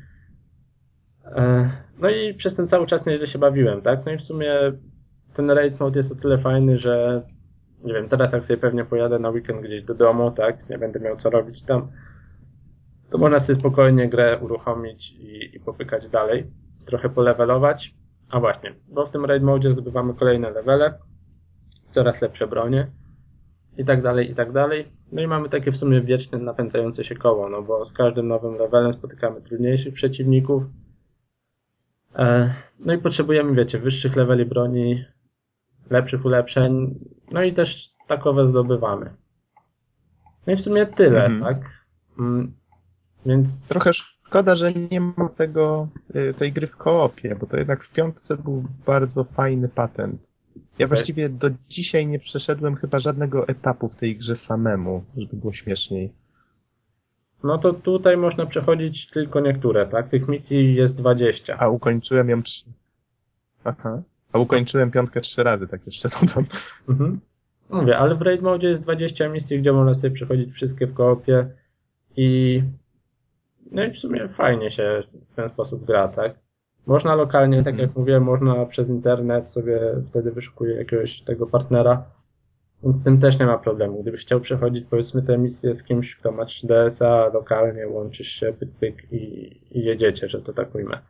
No i przez ten cały czas nieźle się bawiłem, tak? No i w sumie ten Raid Mode jest o tyle fajny, że nie wiem, teraz jak sobie pewnie pojadę na weekend gdzieś do domu, tak? Nie będę miał co robić tam, to można sobie spokojnie grę uruchomić i popykać dalej. Trochę polevelować. A właśnie, bo w tym Raid Mode zdobywamy kolejne levele, coraz lepsze bronie i tak dalej, i tak dalej. No i mamy takie w sumie wieczne napędzające się koło, no bo z każdym nowym levelem spotykamy trudniejszych przeciwników. No i potrzebujemy, wiecie, wyższych leveli broni, lepszych ulepszeń, no i też takowe zdobywamy. No i w sumie tyle, tak? Więc... Trochę szkoda, że nie ma tej gry w koopie, bo to jednak w 5 był bardzo fajny patent. Ja właściwie do dzisiaj nie przeszedłem chyba żadnego etapu w tej grze samemu, żeby było śmieszniej. No to tutaj można przechodzić tylko niektóre, tak? Tych misji jest 20. A ukończyłem ją 3. Aha. A ukończyłem 5 3 razy, tak jeszcze dodam. Mówię, ale w Raid Mode jest 20 misji, gdzie można sobie przechodzić wszystkie w koopie i no i w sumie fajnie się w ten sposób gra, tak? Można lokalnie, tak jak mówię, można przez internet sobie wtedy wyszukuje jakiegoś tego partnera, więc z tym też nie ma problemu. Gdybyś chciał przechodzić powiedzmy tę misję z kimś, kto ma 3DS-a, lokalnie łączysz się, pyk i jedziecie, że to tak ujmę.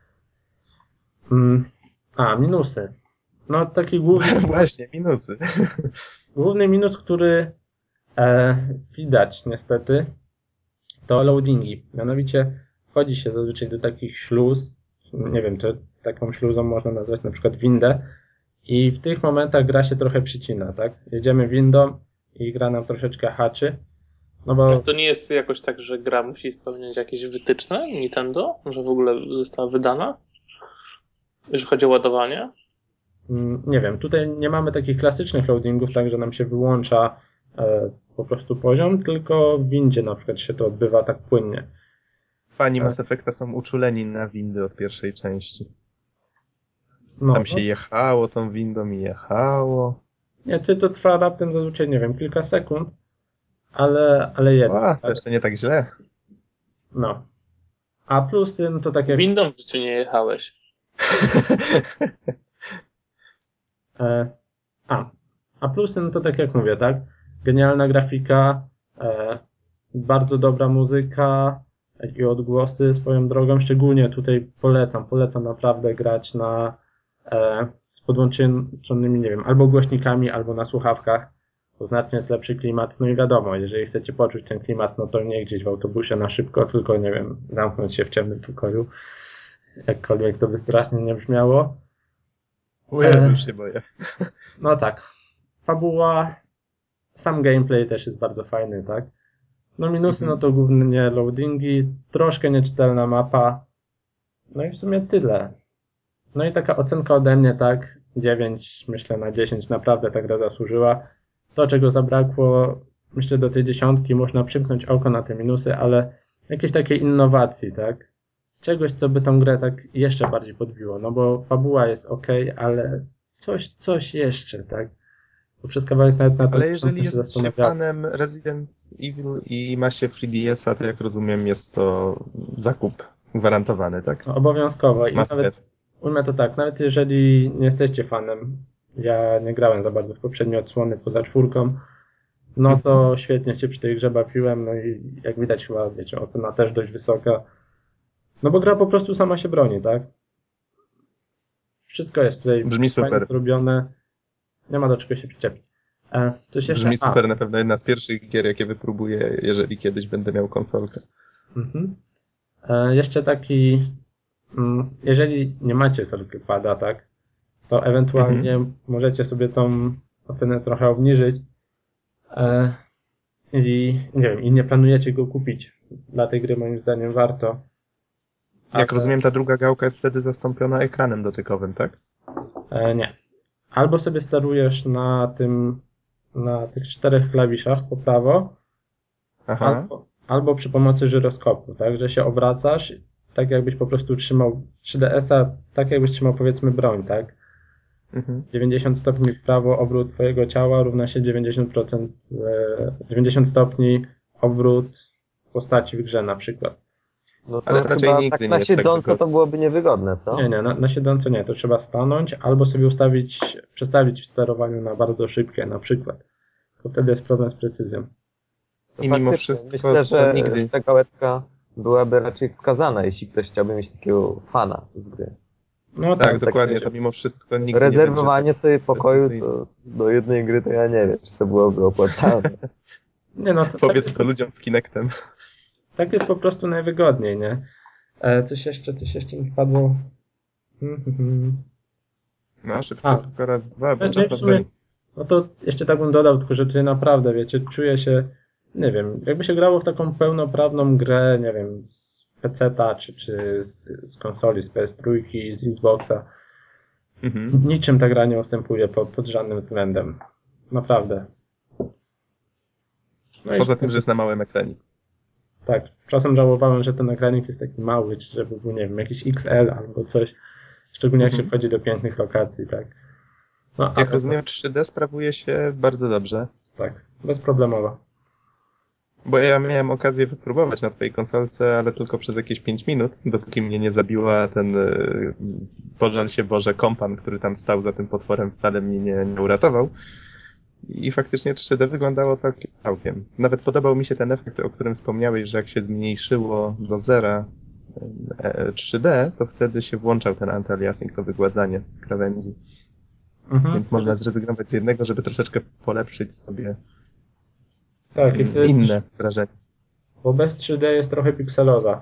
Minusy. No taki główny... Właśnie, minusy. Główny minus, który widać niestety, to loadingi. Mianowicie wchodzi się zazwyczaj do takich śluz, nie wiem, czy taką śluzą można nazwać na przykład windę, i w tych momentach gra się trochę przycina, tak? Jedziemy windą i gra nam troszeczkę haczy. No bo... Ale to nie jest jakoś tak, że gra musi spełniać jakieś wytyczne Nintendo? Że w ogóle została wydana? Jeżeli chodzi o ładowanie? Nie wiem, tutaj nie mamy takich klasycznych loadingów, tak, że nam się wyłącza po prostu poziom, tylko w windzie na przykład się to odbywa tak płynnie. Fani Mass Effecta są uczuleni na windy od pierwszej części. No, tam się jechało tą windą i jechało. Nie, to trwa raptem zazwyczaj, nie wiem, kilka sekund, ale jednak. To jeszcze nie tak źle. No. A plusy, no to tak jak... Windą w życiu nie jechałeś. A plusy, no to tak jak mówię, tak? Genialna grafika, bardzo dobra muzyka i odgłosy swoją drogą. Szczególnie tutaj polecam naprawdę grać z podłączonymi, nie wiem, albo głośnikami, albo na słuchawkach. To znacznie jest lepszy klimat. No i wiadomo, jeżeli chcecie poczuć ten klimat, no to nie gdzieś w autobusie na szybko, tylko, nie wiem, zamknąć się w ciemnym pokoju. Jakkolwiek to by strasznie nie brzmiało. O Jezu, już się boję. No tak. Fabuła, sam gameplay też jest bardzo fajny, tak? No minusy, no to głównie loadingi, troszkę nieczytelna mapa, No i w sumie tyle. No i taka ocenka ode mnie, tak, 9, myślę na 10, naprawdę ta gra zasłużyła. To, czego zabrakło, myślę do tej 10 można przymknąć oko na te minusy, ale jakiejś takiej innowacji, tak? Czegoś, co by tą grę tak jeszcze bardziej podbiło, no bo fabuła jest okej, ale coś jeszcze, tak? Bo przez kawałek nawet na to Ale jeżeli się jest się zastanawiałem. fanem Resident Evil i ma się 3DS-a, to jak rozumiem jest to zakup gwarantowany, tak? No, obowiązkowo i Must have. nawet ujmę to tak, nawet jeżeli nie jesteście fanem, ja nie grałem za bardzo w poprzednie odsłony poza 4, no to świetnie się przy tej grze bawiłem, no i jak widać chyba, wiecie, ocena też dość wysoka. No bo gra po prostu sama się broni, tak? Wszystko jest tutaj Brzmi fajnie super. zrobione, nie ma do czego się przyczepić. Coś jeszcze? Brzmi super, na pewno jedna z pierwszych gier, jakie wypróbuję, jeżeli kiedyś będę miał konsolkę. Mhm. Jeszcze taki, jeżeli nie macie Circlepada, tak, to ewentualnie możecie sobie tą ocenę trochę obniżyć i nie wiem, i nie planujecie go kupić. Dla tej gry moim zdaniem warto. Jak rozumiem, ta druga gałka jest wtedy zastąpiona ekranem dotykowym, tak? Nie. Albo sobie sterujesz na tych 4 klawiszach po prawo, Aha. albo przy pomocy żyroskopu, tak, że się obracasz, tak jakbyś po prostu trzymał 3DS-a, tak jakbyś trzymał powiedzmy broń, tak? 90 stopni w prawo obrót twojego ciała równa się 90 stopni obrót postaci w grze na przykład. No to Ale to raczej chyba nigdy tak nie na jest tak siedząco wygodnie. to byłoby niewygodne, co? Nie, na siedząco nie, to trzeba stanąć albo sobie przestawić w sterowaniu na bardzo szybkie na przykład. To wtedy jest problem z precyzją. To I mimo faktycznie, wszystko myślę, to że nigdy... ta gałeczka byłaby raczej wskazana, jeśli ktoś chciałby mieć takiego fana z gry. No Tak, tak, dokładnie, to mimo wszystko nigdy Rezerwowanie nie sobie będzie pokoju precyzyjne. to do jednej gry to ja nie wiem, czy to byłoby opłacalne. nie no, to, Powiedz to ludziom z Kinectem. tak jest po prostu najwygodniej, nie? Coś jeszcze mi wpadło. No, szybko tylko raz, dwa, bo No, czas w nas sumie, goni. no to jeszcze tak bym dodał, tylko że tutaj naprawdę, wiecie, czuję się, nie wiem, jakby się grało w taką pełnoprawną grę, nie wiem, z PC-ta, czy z konsoli, z PS3, z Xboxa. Niczym ta gra nie ustępuje pod żadnym względem. Naprawdę. No i Poza tym, że jest na małym ekranie. tak, czasem żałowałem, że ten ekranik jest taki mały, czy żeby był, nie wiem, jakiś XL albo coś. Szczególnie jak się wchodzi do pięknych lokacji, tak. No, Jak rozumiem, 3D sprawuje się bardzo dobrze. Tak, bezproblemowo. Bo ja miałem okazję wypróbować na twojej konsolce, ale tylko przez jakieś 5 minut, dopóki mnie nie zabiła ten, pożal się Boże, kompan, który tam stał za tym potworem, wcale mnie nie uratował. I faktycznie 3D wyglądało całkiem. Nawet podobał mi się ten efekt, o którym wspomniałeś, że jak się zmniejszyło do zera 3D, to wtedy się włączał ten anti-aliasing, to wygładzanie krawędzi. Więc można zrezygnować z jednego, żeby troszeczkę polepszyć sobie tak, i to jest, inne wrażenie. bo bez 3D jest trochę pikseloza.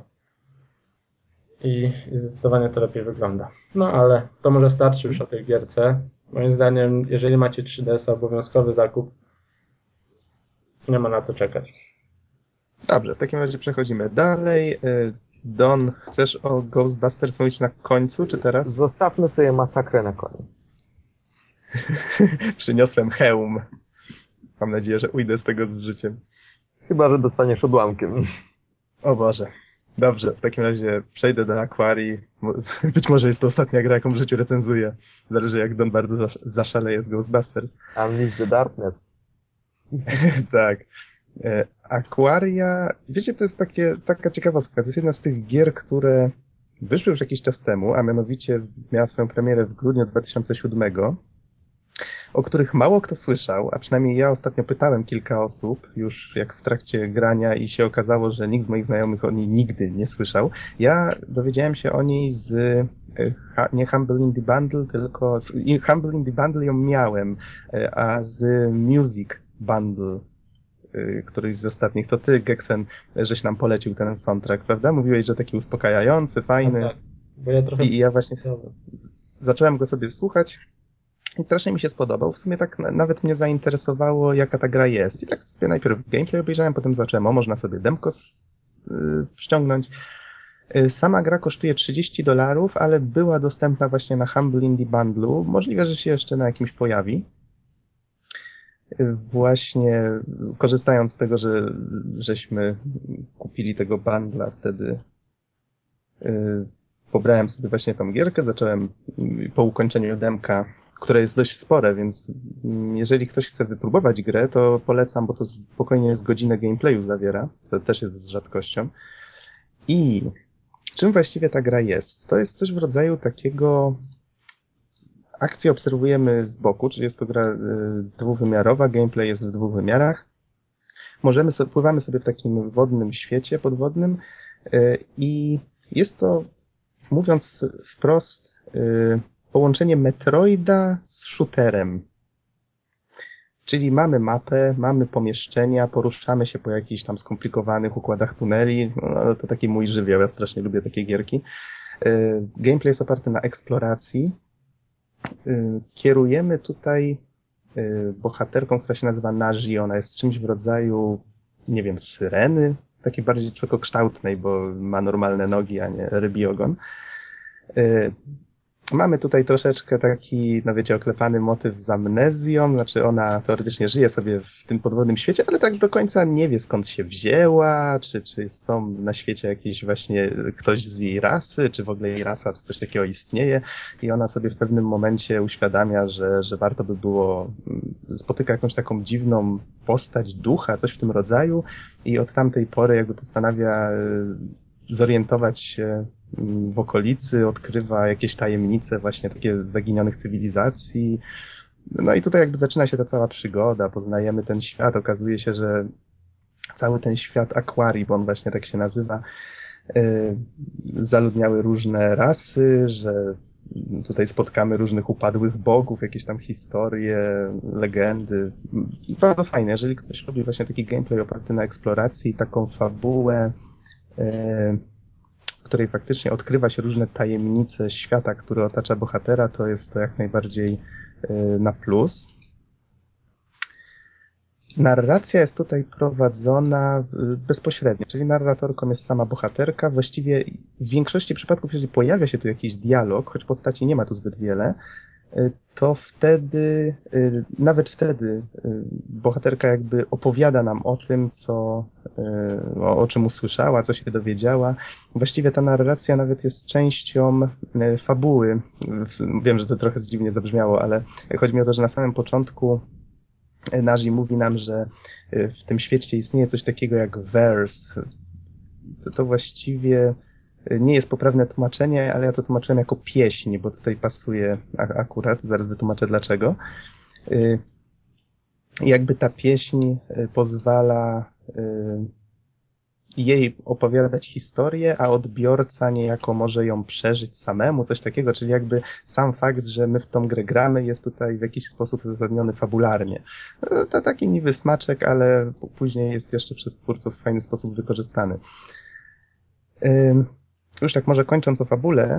I zdecydowanie to lepiej wygląda. No ale to może starczy już o tej gierce. Moim zdaniem, jeżeli macie 3DS, obowiązkowy zakup. Nie ma na co czekać. Dobrze, w takim razie przechodzimy dalej. Don, chcesz o Ghostbusters mówić na końcu, czy teraz? Zostawmy sobie masakrę na koniec. Przyniosłem hełm. Mam nadzieję, że ujdę z tego z życiem. Chyba, że dostaniesz odłamkiem. O Boże. Dobrze, w takim razie przejdę do Aquarii. Być może jest to ostatnia gra, jaką w życiu recenzuję. Zależy, jak Don bardzo zaszaleje z Ghostbusters. Unleash the Darkness. Tak. Aquaria, wiecie, to jest taka ciekawostka. To jest jedna z tych gier, które wyszły już jakiś czas temu, a mianowicie miała swoją premierę w grudniu 2007, o których mało kto słyszał, a przynajmniej ja ostatnio pytałem kilka osób, już jak w trakcie grania i się okazało, że nikt z moich znajomych o niej nigdy nie słyszał. Ja dowiedziałem się o niej z nie Humble Indie Bundle, tylko Humble Indie Bundle ją miałem, a z Music Bundle, któryś z ostatnich, to ty, Geksen, żeś nam polecił ten soundtrack, prawda? Mówiłeś, że taki uspokajający, fajny. No tak, bo ja trochę... I ja właśnie zacząłem go sobie słuchać i strasznie mi się spodobał. W sumie tak nawet mnie zainteresowało, jaka ta gra jest. I tak sobie najpierw gameplay obejrzałem, potem zobaczyłem, można sobie demko ściągnąć. Sama gra kosztuje $30, ale była dostępna właśnie na Humble Indie Bundlu. Możliwe, że się jeszcze na jakimś pojawi. Właśnie korzystając z tego, żeśmy kupili tego bundla, wtedy pobrałem sobie właśnie tą gierkę, zacząłem po ukończeniu demka, które jest dość spore, więc jeżeli ktoś chce wypróbować grę, to polecam, bo to spokojnie z godzinę gameplayu zawiera, co też jest z rzadkością. I czym właściwie ta gra jest? To jest coś w rodzaju takiego... Akcję obserwujemy z boku, czyli jest to gra dwuwymiarowa, gameplay jest w 2 wymiarach. Pływamy sobie w takim wodnym świecie podwodnym i jest to, mówiąc wprost, połączenie Metroida z shooterem. Czyli mamy mapę, mamy pomieszczenia, poruszamy się po jakichś tam skomplikowanych układach tuneli. No, to taki mój żywioł, ja strasznie lubię takie gierki. Gameplay jest oparty na eksploracji. Kierujemy tutaj bohaterką, która się nazywa Naji. Ona jest czymś w rodzaju, nie wiem, syreny, takiej bardziej człowiekokształtnej, bo ma normalne nogi, a nie rybi ogon. Mamy tutaj troszeczkę taki, no wiecie, oklepany motyw z amnezją, znaczy ona teoretycznie żyje sobie w tym podwodnym świecie, ale tak do końca nie wie skąd się wzięła, czy są na świecie jakiś właśnie ktoś z jej rasy, czy w ogóle jej rasa, czy coś takiego istnieje i ona sobie w pewnym momencie uświadamia, że warto by było, spotyka jakąś taką dziwną postać, ducha, coś w tym rodzaju i od tamtej pory jakby postanawia zorientować się w okolicy, odkrywa jakieś tajemnice właśnie takie zaginionych cywilizacji. No i tutaj jakby zaczyna się ta cała przygoda, poznajemy ten świat, okazuje się, że cały ten świat Aquarii, bo on właśnie tak się nazywa, zaludniały różne rasy, że tutaj spotkamy różnych upadłych bogów, jakieś tam historie, legendy. Bardzo fajne, jeżeli ktoś lubi właśnie taki gameplay oparty na eksploracji, taką fabułę, w której faktycznie odkrywa się różne tajemnice świata, który otacza bohatera, to jest to jak najbardziej na plus. Narracja jest tutaj prowadzona bezpośrednio, czyli narratorką jest sama bohaterka. Właściwie w większości przypadków, jeżeli pojawia się tu jakiś dialog, choć postaci nie ma tu zbyt wiele, to wtedy, nawet wtedy bohaterka jakby opowiada nam o tym, o czym usłyszała, co się dowiedziała. Właściwie ta narracja nawet jest częścią fabuły. Wiem, że to trochę dziwnie zabrzmiało, ale chodzi mi o to, że na samym początku Naji mówi nam, że w tym świecie istnieje coś takiego jak verse. To właściwie nie jest poprawne tłumaczenie, ale ja to tłumaczyłem jako pieśń, bo tutaj pasuje akurat, zaraz wytłumaczę dlaczego. Jakby ta pieśń pozwala jej opowiadać historię, a odbiorca niejako może ją przeżyć samemu, coś takiego, czyli jakby sam fakt, że my w tą grę gramy, jest tutaj w jakiś sposób uzasadniony fabularnie. To taki niby smaczek, ale później jest jeszcze przez twórców w fajny sposób wykorzystany. Już tak może kończąc o fabule,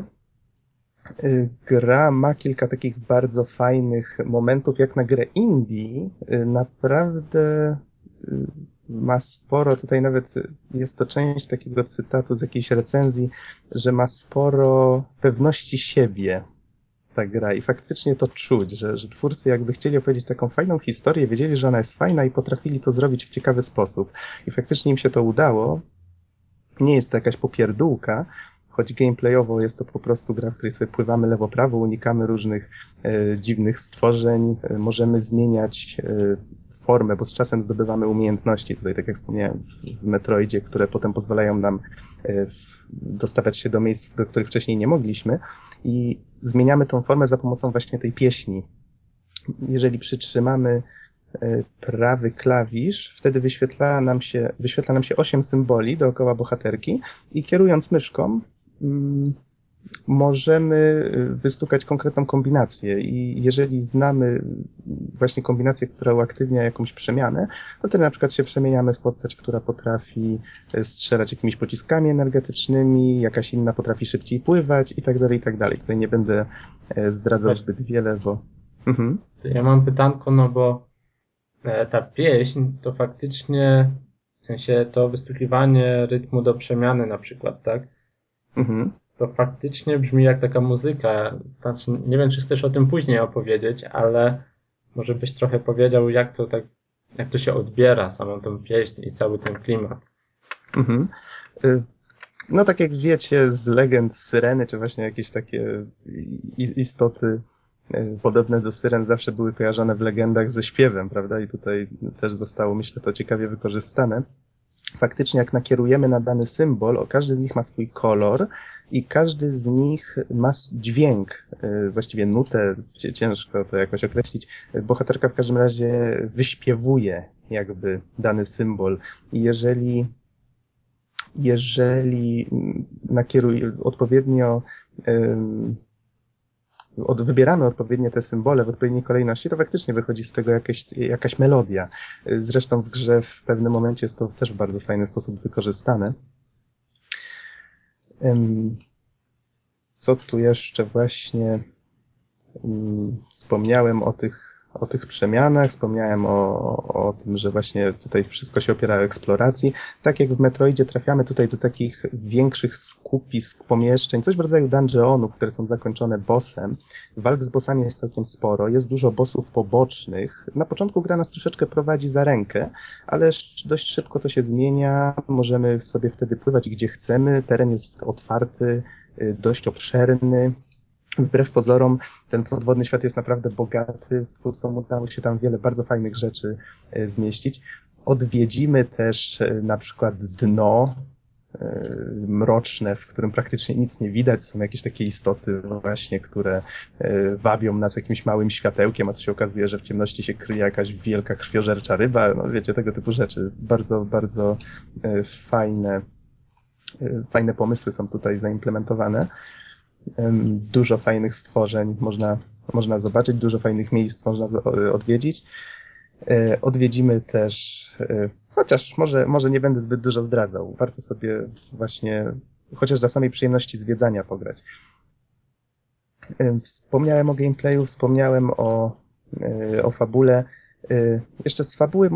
gra ma kilka takich bardzo fajnych momentów, jak na grę indie. Naprawdę ma sporo, tutaj nawet jest to część takiego cytatu z jakiejś recenzji, że ma sporo pewności siebie ta gra i faktycznie to czuć, że twórcy jakby chcieli opowiedzieć taką fajną historię, wiedzieli, że ona jest fajna i potrafili to zrobić w ciekawy sposób. I faktycznie im się to udało. Nie jest to jakaś popierdółka, choć gameplayowo jest to po prostu gra, w której sobie pływamy lewo-prawo, unikamy różnych dziwnych stworzeń, możemy zmieniać formę, bo z czasem zdobywamy umiejętności, tutaj tak jak wspomniałem w Metroidzie, które potem pozwalają nam dostawać się do miejsc, do których wcześniej nie mogliśmy i zmieniamy tą formę za pomocą właśnie tej pieśni. Jeżeli przytrzymamy prawy klawisz, wtedy wyświetla nam się 8 symboli dookoła bohaterki i kierując myszką możemy wystukać konkretną kombinację i jeżeli znamy właśnie kombinację, która uaktywnia jakąś przemianę, to wtedy na przykład się przemieniamy w postać, która potrafi strzelać jakimiś pociskami energetycznymi, jakaś inna potrafi szybciej pływać i tak dalej, i tak dalej. Tutaj nie będę zdradzał zbyt wiele, bo... Ja mam pytanko, no bo ta pieśń to faktycznie, w sensie to wystukiwanie rytmu do przemiany na przykład, tak? To faktycznie brzmi jak taka muzyka. Znaczy, nie wiem, czy chcesz o tym później opowiedzieć, ale może byś trochę powiedział, jak to się odbiera, samą tą pieśń i cały ten klimat. No tak jak wiecie z legend syreny, czy właśnie jakieś takie istoty podobne do syren zawsze były kojarzone w legendach ze śpiewem, prawda? I tutaj też zostało, myślę, to ciekawie wykorzystane. Faktycznie jak nakierujemy na dany symbol, każdy z nich ma swój kolor i każdy z nich ma dźwięk, właściwie nutę, ciężko to jakoś określić. Bohaterka w każdym razie wyśpiewuje jakby dany symbol i jeżeli odpowiednio wybieramy odpowiednio te symbole w odpowiedniej kolejności, to faktycznie wychodzi z tego jakaś melodia. Zresztą w grze w pewnym momencie jest to też w bardzo fajny sposób wykorzystane. Co tu jeszcze właśnie wspomniałem o tych przemianach, wspomniałem o tym, że właśnie tutaj wszystko się opiera o eksploracji. Tak jak w Metroidzie trafiamy tutaj do takich większych skupisk pomieszczeń, coś w rodzaju dungeonów, które są zakończone bossem. Walk z bossami jest całkiem sporo, jest dużo bossów pobocznych. Na początku gra nas troszeczkę prowadzi za rękę, ale dość szybko to się zmienia. Możemy sobie wtedy pływać gdzie chcemy. Teren jest otwarty, dość obszerny. Wbrew pozorom ten podwodny świat jest naprawdę bogaty, twórcom udało się tam wiele bardzo fajnych rzeczy zmieścić. Odwiedzimy też na przykład dno mroczne, w którym praktycznie nic nie widać. Są jakieś takie istoty właśnie, które wabią nas jakimś małym światełkiem, a to się okazuje, że w ciemności się kryje jakaś wielka krwiożercza ryba. No wiecie, tego typu rzeczy. Bardzo, bardzo fajne pomysły są tutaj zaimplementowane. Dużo fajnych stworzeń można zobaczyć, dużo fajnych miejsc można odwiedzić. Odwiedzimy też, chociaż może nie będę zbyt dużo zdradzał, warto sobie właśnie, chociaż dla samej przyjemności zwiedzania pograć. Wspomniałem o gameplayu, wspomniałem o fabule. Jeszcze z fabuły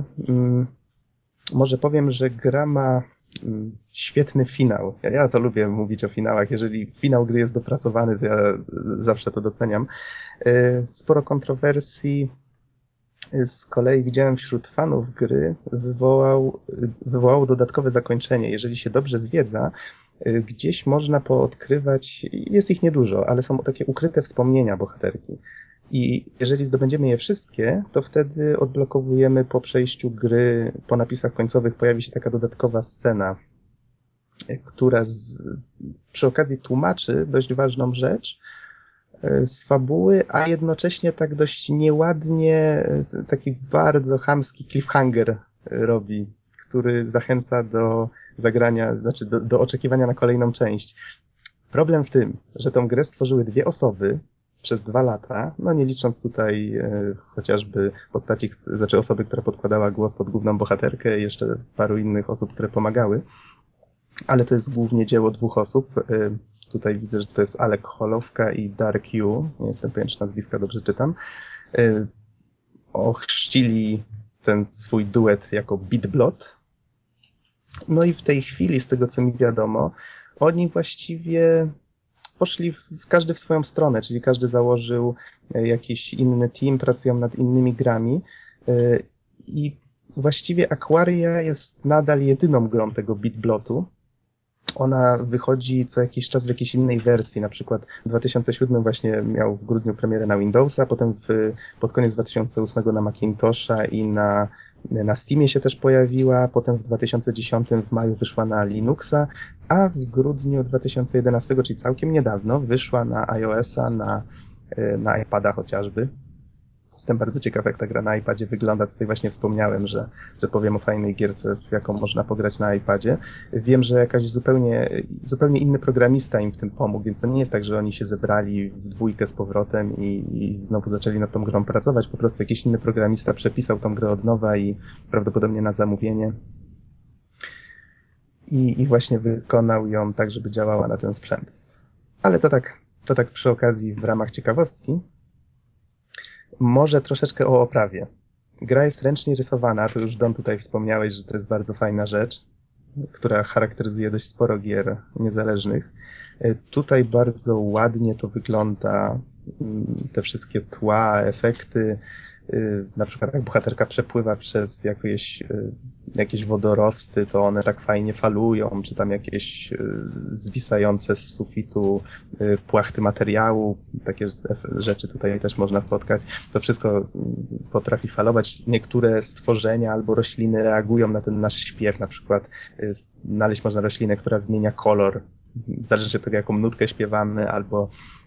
może powiem, że gra ma świetny finał. Ja to lubię mówić o finałach. Jeżeli finał gry jest dopracowany, to ja zawsze to doceniam. Sporo kontrowersji z kolei widziałem wśród fanów gry, wywołało dodatkowe zakończenie. Jeżeli się dobrze zwiedza, gdzieś można poodkrywać, jest ich niedużo, ale są takie ukryte wspomnienia bohaterki. I jeżeli zdobędziemy je wszystkie, to wtedy odblokowujemy po przejściu gry, po napisach końcowych pojawi się taka dodatkowa scena, która przy okazji tłumaczy dość ważną rzecz z fabuły, a jednocześnie tak dość nieładnie taki bardzo chamski cliffhanger robi, który zachęca do zagrania, znaczy do oczekiwania na kolejną część. Problem w tym, że tą grę stworzyły 2 osoby przez 2 lata, no nie licząc tutaj chociażby postaci, znaczy osoby, która podkładała głos pod główną bohaterkę i jeszcze paru innych osób, które pomagały, ale to jest głównie dzieło 2 osób. Tutaj widzę, że to jest Alec Holowka i Dark Yu, nie jestem pewien, czy nazwiska dobrze czytam. Ochrzcili ten swój duet jako Bitblot. No i w tej chwili, z tego co mi wiadomo, oni właściwie poszli każdy w swoją stronę, czyli każdy założył jakiś inny team, pracują nad innymi grami i właściwie Aquaria jest nadal jedyną grą tego Bitblotu. Ona wychodzi co jakiś czas w jakiejś innej wersji, na przykład w 2007 właśnie miał w grudniu premierę na Windowsa, potem pod koniec 2008 na Macintosha i na Steamie się też pojawiła, potem w 2010 w maju wyszła na Linuxa, a w grudniu 2011, czyli całkiem niedawno, wyszła na iOS-a, na iPada chociażby. Jestem bardzo ciekaw, jak ta gra na iPadzie wygląda. Tutaj właśnie wspomniałem, że powiem o fajnej gierce, w jaką można pograć na iPadzie. Wiem, że jakaś zupełnie inny programista im w tym pomógł, więc to nie jest tak, że oni się zebrali w dwójkę z powrotem i znowu zaczęli nad tą grą pracować. Po prostu jakiś inny programista przepisał tą grę od nowa i prawdopodobnie na zamówienie. I właśnie wykonał ją tak, żeby działała na ten sprzęt. Ale to tak przy okazji w ramach ciekawostki. Może troszeczkę o oprawie. Gra jest ręcznie rysowana, to już Don tutaj wspomniałeś, że to jest bardzo fajna rzecz. która charakteryzuje dość sporo gier niezależnych. Tutaj bardzo ładnie to wygląda, te wszystkie tła, efekty, na przykład jak bohaterka przepływa przez jakieś wodorosty, to one tak fajnie falują, czy tam jakieś zwisające z sufitu płachty materiału, takie rzeczy tutaj też można spotkać. To wszystko potrafi falować. Niektóre stworzenia albo rośliny reagują na ten nasz śpiew, na przykład znaleźć można roślinę, która zmienia kolor, zależy od tego, jaką nutkę śpiewamy, albo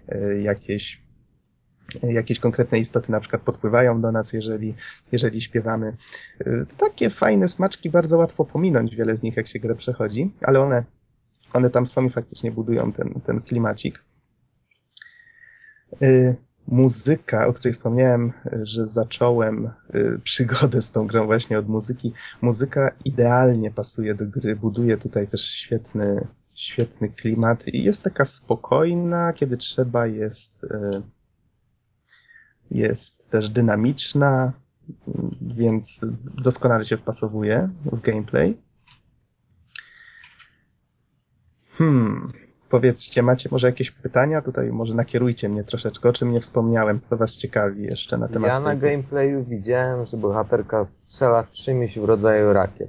jakieś konkretne istoty na przykład podpływają do nas, jeżeli śpiewamy. Takie fajne smaczki, bardzo łatwo pominąć wiele z nich, jak się grę przechodzi, ale one tam są i faktycznie budują ten klimacik. Muzyka, o której wspomniałem, że zacząłem przygodę z tą grą właśnie od muzyki. Muzyka idealnie pasuje do gry, buduje tutaj też świetny klimat i jest taka spokojna, kiedy trzeba jest też dynamiczna, więc doskonale się wpasowuje w gameplay. Powiedzcie, macie może jakieś pytania? Tutaj może nakierujcie mnie troszeczkę, o czym nie wspomniałem, co was ciekawi jeszcze na temat Ja na gameplayu widziałem, że bohaterka strzela czymś w rodzaju rakiet.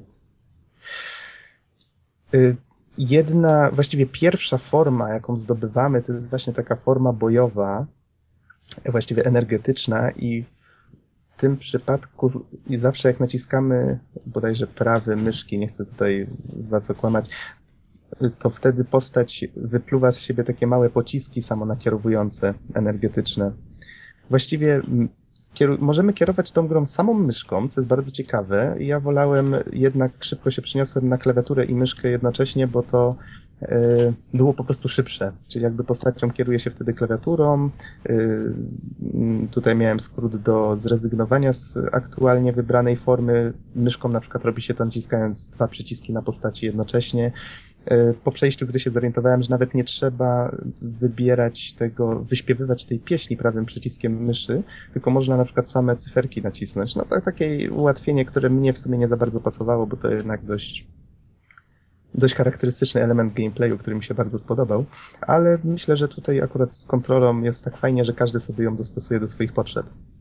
Właściwie pierwsza forma, jaką zdobywamy, to jest właśnie taka forma bojowa, właściwie energetyczna i w tym przypadku zawsze jak naciskamy bodajże prawy myszki, nie chcę tutaj was okłamać, to wtedy postać wypluwa z siebie takie małe pociski samonakierowujące, energetyczne. Właściwie możemy kierować tą grą samą myszką, co jest bardzo ciekawe. Ja wolałem jednak, szybko się przeniosłem na klawiaturę i myszkę jednocześnie, bo to było po prostu szybsze. Czyli jakby postacią kieruje się wtedy klawiaturą. Tutaj miałem skrót do zrezygnowania z aktualnie wybranej formy. Myszką na przykład robi się to naciskając 2 przyciski na postaci jednocześnie. Po przejściu gry się zorientowałem, że nawet nie trzeba wyśpiewywać tej pieśni prawym przyciskiem myszy, tylko można na przykład same cyferki nacisnąć. No to takie ułatwienie, które mnie w sumie nie za bardzo pasowało, bo to jednak dość charakterystyczny element gameplayu, który mi się bardzo spodobał, ale myślę, że tutaj akurat z kontrolą jest tak fajnie, że każdy sobie ją dostosuje do swoich potrzeb.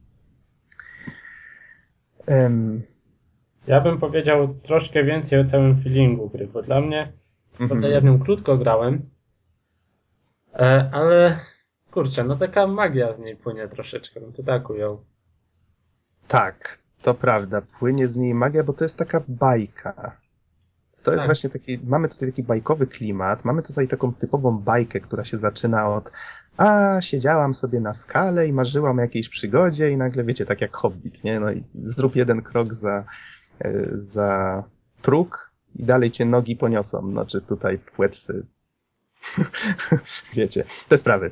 Ja bym powiedział troszkę więcej o całym feelingu gry, bo dla mnie, prawda, ja w nią krótko grałem, ale kurczę, no taka magia z niej płynie troszeczkę, no to tak ujął. Tak, to prawda, płynie z niej magia, bo to jest taka bajka. To jest właśnie mamy tutaj taki bajkowy klimat, mamy tutaj taką typową bajkę, która się zaczyna od siedziałam sobie na skale i marzyłam o jakiejś przygodzie i nagle, wiecie, tak jak Hobbit, nie? No i zrób jeden krok za próg i dalej cię nogi poniosą, no czy tutaj płetwy, wiecie, te sprawy.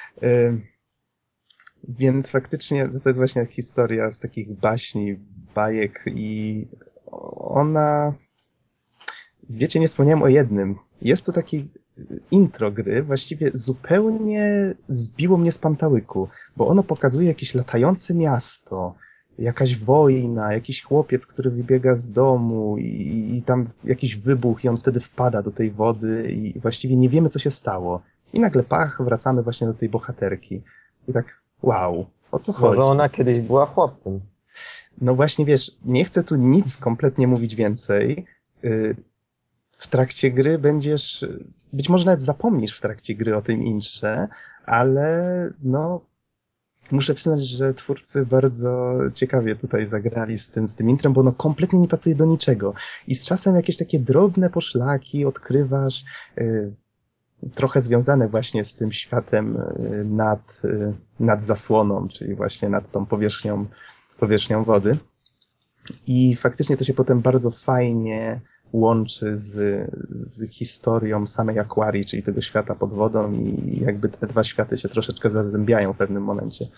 Więc faktycznie to jest właśnie historia z takich baśni, bajek i ona... Wiecie, nie wspomniałem o jednym. Jest to taki intro gry, właściwie zupełnie zbiło mnie z pantałyku, bo ono pokazuje jakieś latające miasto, jakaś wojna, jakiś chłopiec, który wybiega z domu i tam jakiś wybuch i on wtedy wpada do tej wody i właściwie nie wiemy, co się stało. I nagle wracamy właśnie do tej bohaterki. I tak, wow, o co chodzi? Może ona kiedyś była chłopcem. No właśnie, wiesz, nie chcę tu nic kompletnie mówić więcej. W trakcie gry być może nawet zapomnisz w trakcie gry o tym intrze, ale no, muszę przyznać, że twórcy bardzo ciekawie tutaj zagrali z tym intrem, bo ono kompletnie nie pasuje do niczego. I z czasem jakieś takie drobne poszlaki odkrywasz, trochę związane właśnie z tym światem nad zasłoną, czyli właśnie nad tą powierzchnią wody. I faktycznie to się potem bardzo fajnie łączy z historią samej Aquarii, czyli tego świata pod wodą i jakby te dwa światy się troszeczkę zazębiają w pewnym momencie.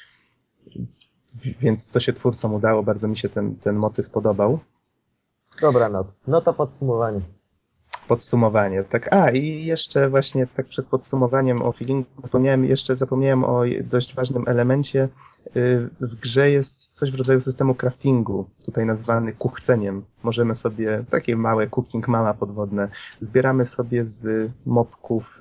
Więc to się twórcom udało, bardzo mi się ten motyw podobał. Dobranoc. No to podsumowanie. podsumowanie. Tak, i jeszcze właśnie tak przed podsumowaniem o feelingu zapomniałem o dość ważnym elemencie. W grze jest coś w rodzaju systemu craftingu, tutaj nazwany kuchceniem. Możemy sobie, takie małe cooking mama podwodne, zbieramy sobie z mopków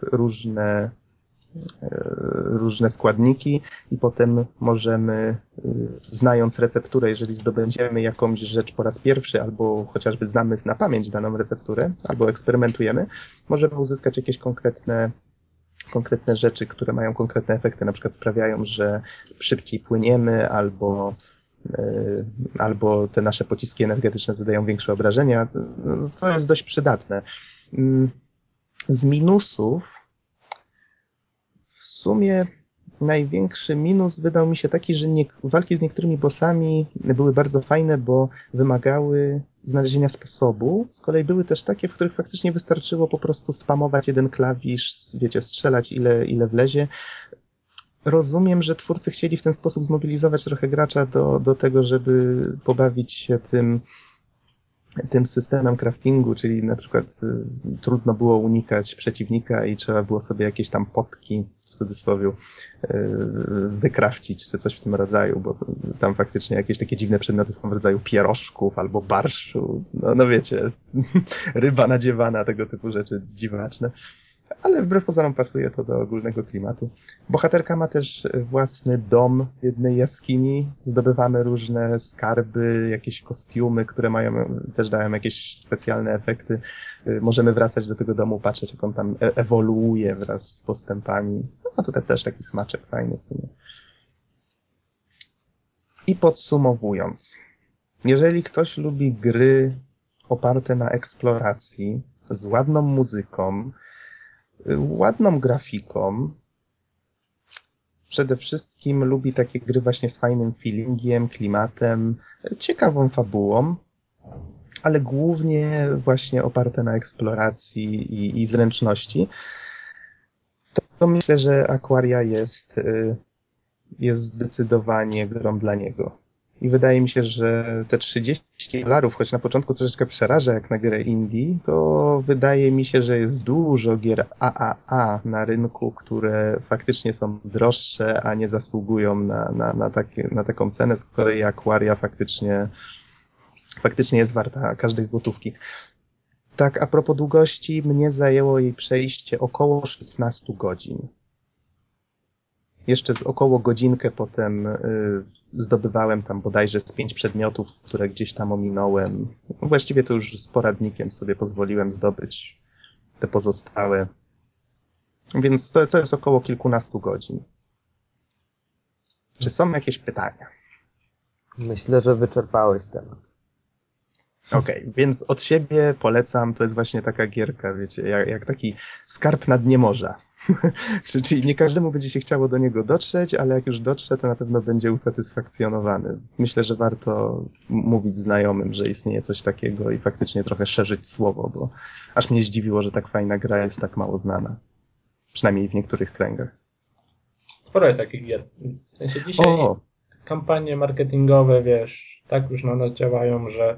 różne składniki i potem możemy, znając recepturę, jeżeli zdobędziemy jakąś rzecz po raz pierwszy, albo chociażby znamy na pamięć daną recepturę, albo eksperymentujemy, możemy uzyskać jakieś konkretne rzeczy, które mają konkretne efekty, na przykład sprawiają, że szybciej płyniemy, albo te nasze pociski energetyczne zadają większe obrażenia. To jest dość przydatne. Z minusów w sumie największy minus wydał mi się taki, że walki z niektórymi bossami były bardzo fajne, bo wymagały znalezienia sposobu. Z kolei były też takie, w których faktycznie wystarczyło po prostu spamować jeden klawisz, wiecie, strzelać ile wlezie. Rozumiem, że twórcy chcieli w ten sposób zmobilizować trochę gracza do tego, żeby pobawić się tym systemem craftingu, czyli na przykład trudno było unikać przeciwnika i trzeba było sobie jakieś tam potki, w cudzysłowie, wykrafcić, czy coś w tym rodzaju, bo tam faktycznie jakieś takie dziwne przedmioty są w rodzaju pierożków albo barszu, no wiecie, ryba nadziewana, tego typu rzeczy dziwaczne. Ale wbrew pozorom pasuje to do ogólnego klimatu. Bohaterka ma też własny dom w jednej jaskini. Zdobywamy różne skarby, jakieś kostiumy, które też dają jakieś specjalne efekty. Możemy wracać do tego domu, patrzeć, jak on tam ewoluuje wraz z postępami. No to też taki smaczek fajny w sumie. I podsumowując, jeżeli ktoś lubi gry oparte na eksploracji, z ładną muzyką, ładną grafiką, przede wszystkim lubi takie gry właśnie z fajnym feelingiem, klimatem, ciekawą fabułą, ale głównie właśnie oparte na eksploracji i zręczności, to myślę, że Aquaria jest zdecydowanie grą dla niego. I wydaje mi się, że te $30, choć na początku troszeczkę przeraża jak na grę indie, to wydaje mi się, że jest dużo gier AAA na rynku, które faktycznie są droższe, a nie zasługują na taką cenę, z kolei Aquaria faktycznie jest warta każdej złotówki. Tak, a propos długości, mnie zajęło jej przejście około 16 godzin. Jeszcze z około godzinkę potem zdobywałem tam bodajże z 5 przedmiotów, które gdzieś tam ominąłem. Właściwie to już z poradnikiem sobie pozwoliłem zdobyć te pozostałe. Więc to jest około kilkunastu godzin. Czy są jakieś pytania? Myślę, że wyczerpałeś temat. Okej, więc od siebie polecam, to jest właśnie taka gierka, wiecie, jak taki skarb na dnie morza. Czyli nie każdemu będzie się chciało do niego dotrzeć, ale jak już dotrze, to na pewno będzie usatysfakcjonowany. Myślę, że warto mówić znajomym, że istnieje coś takiego i faktycznie trochę szerzyć słowo, bo aż mnie zdziwiło, że tak fajna gra jest tak mało znana. Przynajmniej w niektórych kręgach. Sporo jest takich gier. W sensie dzisiaj kampanie marketingowe, wiesz, tak już na nas działają, że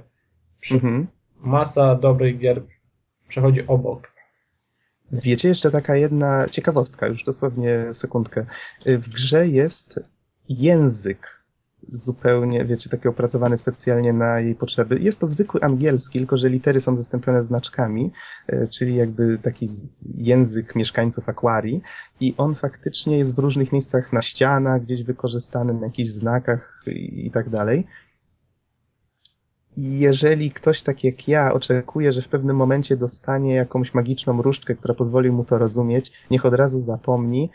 masa dobrych gier przechodzi obok. Wiecie, jeszcze taka jedna ciekawostka, już dosłownie sekundkę. W grze jest język zupełnie, wiecie, taki opracowany specjalnie na jej potrzeby. Jest to zwykły angielski, tylko że litery są zastąpione znaczkami, czyli jakby taki język mieszkańców Aquarii i on faktycznie jest w różnych miejscach na ścianach, gdzieś wykorzystany na jakichś znakach i tak dalej. I jeżeli ktoś tak jak ja oczekuje, że w pewnym momencie dostanie jakąś magiczną różdżkę, która pozwoli mu to rozumieć, niech od razu zapomni.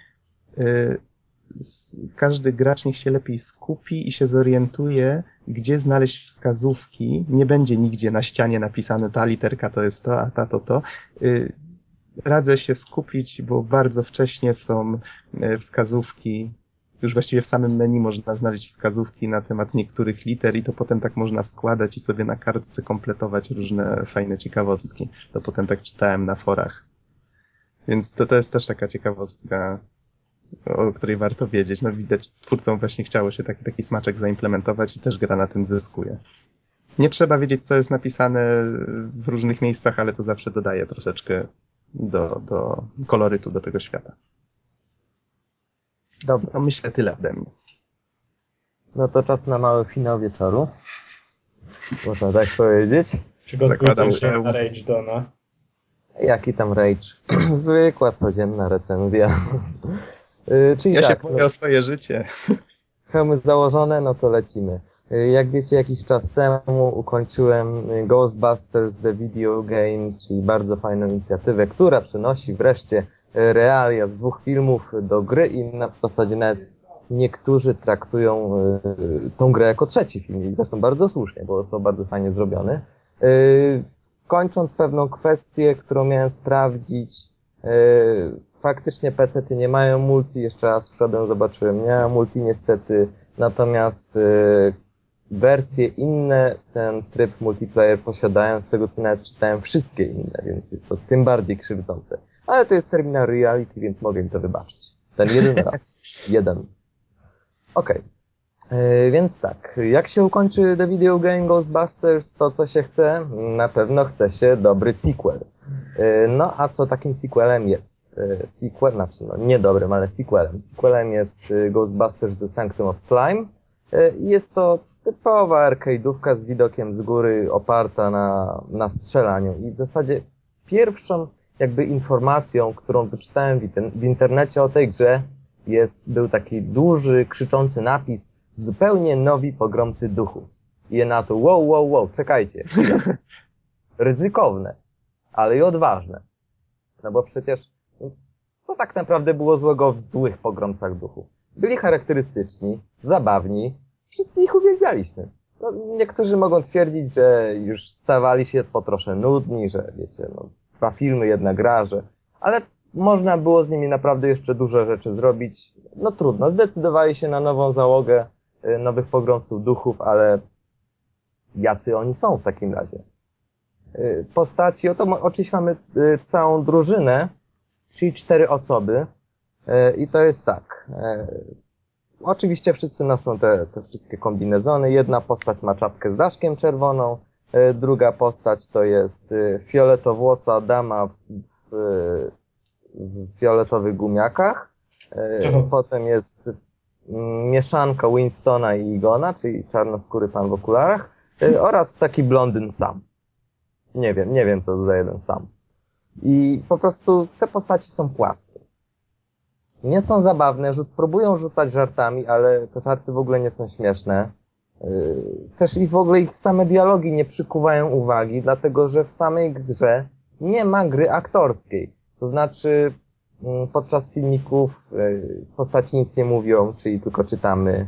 Każdy gracz niech się lepiej skupi i się zorientuje, gdzie znaleźć wskazówki. Nie będzie nigdzie na ścianie napisane ta literka to jest to, a ta to. Radzę się skupić, bo bardzo wcześnie są wskazówki. Już właściwie w samym menu można znaleźć wskazówki na temat niektórych liter i to potem tak można składać i sobie na kartce kompletować różne fajne ciekawostki. To potem tak czytałem na forach. Więc to jest też taka ciekawostka, o której warto wiedzieć. No widać, twórcom właśnie chciało się taki smaczek zaimplementować i też gra na tym zyskuje. Nie trzeba wiedzieć, co jest napisane w różnych miejscach, ale to zawsze dodaje troszeczkę do kolorytu do tego świata. Dobra. No myślę tyle ode mnie. No to czas na mały finał wieczoru. Można tak powiedzieć. Przygotujcie Zakładam, się że- na Rage Dona. Jaki tam rage? Zwykła, codzienna recenzja. Czyli Ja się tak, boję o swoje życie. hełmy założone, no to lecimy. Jak wiecie, jakiś czas temu ukończyłem Ghostbusters The Video Game, czyli bardzo fajną inicjatywę, która przynosi wreszcie realia z 2 filmów do gry i w zasadzie nawet niektórzy traktują tą grę jako 3. film i zresztą bardzo słusznie, bo został bardzo fajnie zrobiony. Kończąc pewną kwestię, którą miałem sprawdzić, faktycznie PC-ty nie mają multi, jeszcze raz wszedłem, zobaczyłem, nie ma multi niestety, natomiast wersje inne ten tryb multiplayer posiadają, z tego co nawet czytałem wszystkie inne, więc jest to tym bardziej krzywdzące. Ale to jest terminal reality, więc mogę im to wybaczyć. Ten jeden raz. Jeden. Okej. Więc tak, jak się ukończy The Video Game Ghostbusters, to co się chce? Na pewno chce się dobry sequel. No a co takim sequelem jest? Sequel, znaczy no nie dobrym, ale sequelem. Sequelem jest Ghostbusters The Sanctum of Slime. Jest to typowa arcade'ówka z widokiem z góry, oparta na strzelaniu. I w zasadzie pierwszą jakby informacją, którą wyczytałem w internecie o tej grze, był taki duży, krzyczący napis: zupełnie nowi pogromcy duchów. I je na to, wow, czekajcie, chwilę. Ryzykowne, ale i odważne. No bo przecież, co tak naprawdę było złego w złych pogromcach duchów? Byli charakterystyczni, zabawni, wszyscy ich uwielbialiśmy. No, niektórzy mogą twierdzić, że już stawali się po trosze nudni, że wiecie, no, 2 filmy, 1 gra, ale można było z nimi naprawdę jeszcze dużo rzeczy zrobić. No trudno, zdecydowali się na nową załogę nowych pogromców duchów, ale jacy oni są w takim razie? Postaci, oczywiście mamy całą drużynę, czyli 4 osoby i to jest tak. Oczywiście wszyscy noszą te wszystkie kombinezony. Jedna postać ma czapkę z daszkiem czerwoną, druga postać to jest fioletowłosa dama w fioletowych gumiakach. Potem jest mieszanka Winstona i Igona, czyli czarnoskóry pan w okularach, oraz taki blondyn Sam. Nie wiem co to za jeden Sam. I po prostu te postaci są płaskie. Nie są zabawne, próbują rzucać żartami, ale te żarty w ogóle nie są śmieszne. Też i w ogóle ich same dialogi nie przykuwają uwagi, dlatego że w samej grze nie ma gry aktorskiej. To znaczy podczas filmików postaci nic nie mówią, czyli tylko czytamy.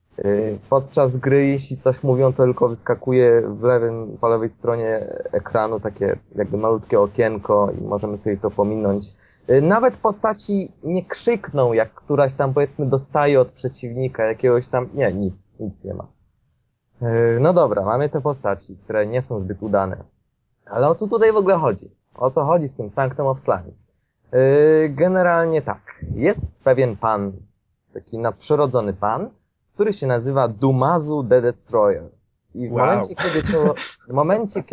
Podczas gry, jeśli coś mówią, to tylko wyskakuje po lewej stronie ekranu takie jakby malutkie okienko i możemy sobie to pominąć. Nawet postaci nie krzykną, jak któraś tam powiedzmy dostaje od przeciwnika jakiegoś tam... Nie, nic nie ma. No dobra, mamy te postaci, które nie są zbyt udane. Ale o co tutaj w ogóle chodzi? O co chodzi z tym Sanctum of Slime? Generalnie tak. Jest pewien pan, taki nadprzyrodzony pan, który się nazywa Dumazu the Destroyer. I w momencie,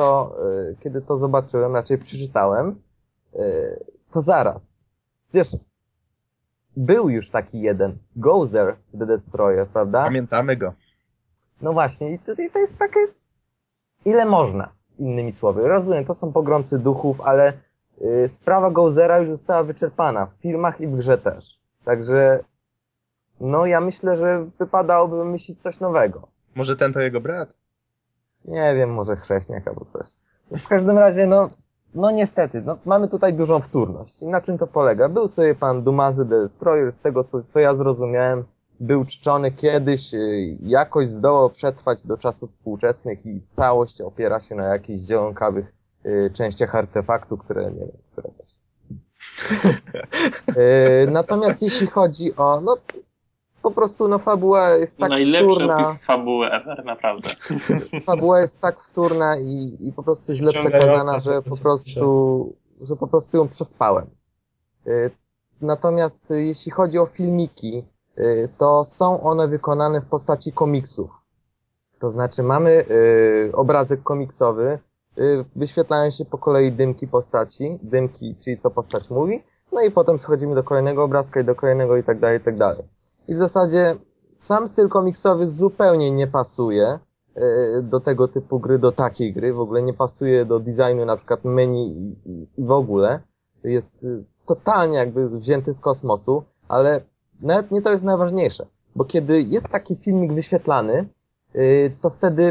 kiedy to zobaczyłem, raczej przeczytałem, to zaraz. Przecież był już taki jeden, Gozer the Destroyer, prawda? Pamiętamy go. No właśnie, i to jest takie, ile można, innymi słowy. Rozumiem, to są pogromcy duchów, ale sprawa Gozera już została wyczerpana w filmach i w grze też. Także no ja myślę, że wypadałoby wymyślić coś nowego. Może ten to jego brat? Nie wiem, może chrześniak albo coś. W każdym razie, no niestety, mamy tutaj dużą wtórność. I na czym to polega? Był sobie pan Dumazy the Destroyer, z tego co ja zrozumiałem, był czczony kiedyś, jakoś zdołał przetrwać do czasów współczesnych i całość opiera się na jakichś zielonkawych częściach artefaktu, które, nie wiem, które coś. Natomiast jeśli chodzi o, po prostu, fabuła jest tak Najlepszy wtórna. opis fabuły ever, naprawdę. Fabuła jest tak wtórna i po prostu źle przekazana, że po prostu ją przespałem. Natomiast jeśli chodzi o filmiki, to są one wykonane w postaci komiksów. To znaczy mamy obrazek komiksowy, wyświetlają się po kolei dymki postaci, dymki, czyli co postać mówi, no i potem przechodzimy do kolejnego obrazka i do kolejnego i tak dalej, i tak dalej. I w zasadzie sam styl komiksowy zupełnie nie pasuje do tego typu gry, do takiej gry, w ogóle nie pasuje do designu na przykład menu i w ogóle. Jest totalnie jakby wzięty z kosmosu, ale nawet nie to jest najważniejsze, bo kiedy jest taki filmik wyświetlany, to wtedy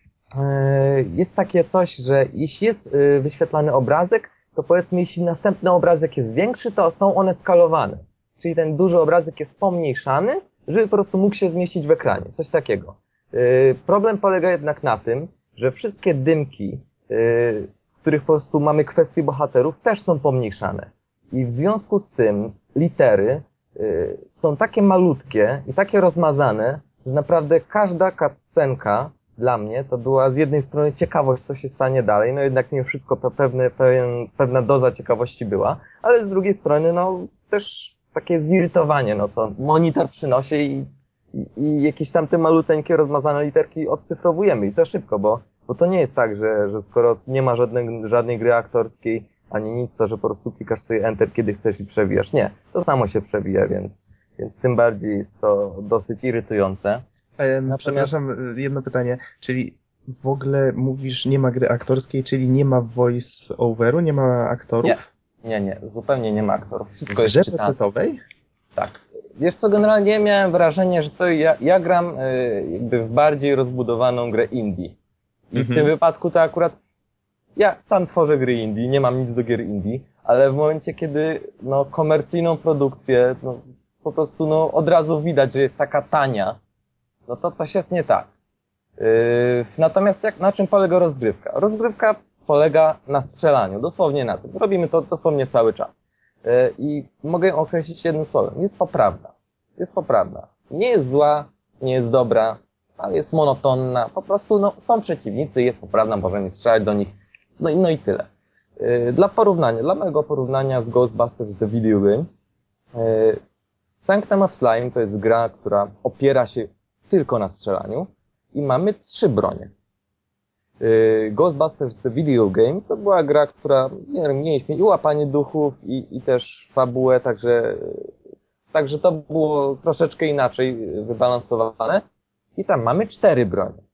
jest takie coś, że jeśli jest wyświetlany obrazek, to powiedzmy, jeśli następny obrazek jest większy, to są one skalowane. Czyli ten duży obrazek jest pomniejszany, żeby po prostu mógł się zmieścić w ekranie. Coś takiego. Problem polega jednak na tym, że wszystkie dymki, w których po prostu mamy kwestie bohaterów, też są pomniejszane. I w związku z tym litery są takie malutkie i takie rozmazane, że naprawdę każda cutscenka dla mnie to była z jednej strony ciekawość, co się stanie dalej, no jednak mimo wszystko pewna doza ciekawości była, ale z drugiej strony no też takie zirytowanie, no co monitor przynosi i jakieś tam te maluteńkie rozmazane literki odcyfrowujemy i to szybko, bo to nie jest tak, że skoro nie ma żadnej gry aktorskiej ani nic, to że po prostu klikasz sobie Enter kiedy chcesz i przewijasz. Nie, to samo się przewija, więc tym bardziej jest to dosyć irytujące. Przepraszam, jedno pytanie, czyli w ogóle mówisz, nie ma gry aktorskiej, czyli nie ma voice overu, nie ma aktorów? Nie, zupełnie nie ma aktorów. Wszystko w grze jest czytane. PC-owej? Tak. Wiesz co, generalnie miałem wrażenie, że to ja gram jakby w bardziej rozbudowaną grę indie. I w tym wypadku to akurat ja sam tworzę gry indie, nie mam nic do gier indie, ale w momencie, kiedy no komercyjną produkcję, no po prostu no od razu widać, że jest taka tania, no to coś jest nie tak. Natomiast na czym polega rozgrywka? Rozgrywka polega na strzelaniu, dosłownie na tym. Robimy to dosłownie cały czas. I mogę ją określić jednym słowem. Jest poprawna. Jest poprawna. Nie jest zła, nie jest dobra, ale jest monotonna. Po prostu no, są przeciwnicy, jest poprawna, możemy strzelać do nich. No i tyle. Dla mojego porównania z Ghostbusters The Video Game, Sanctum of Slime to jest gra, która opiera się tylko na strzelaniu i mamy 3 bronie. Ghostbusters The Video Game to była gra, która mieliśmy i łapanie duchów i też fabułę, także to było troszeczkę inaczej wybalansowane i tam mamy 4 bronie.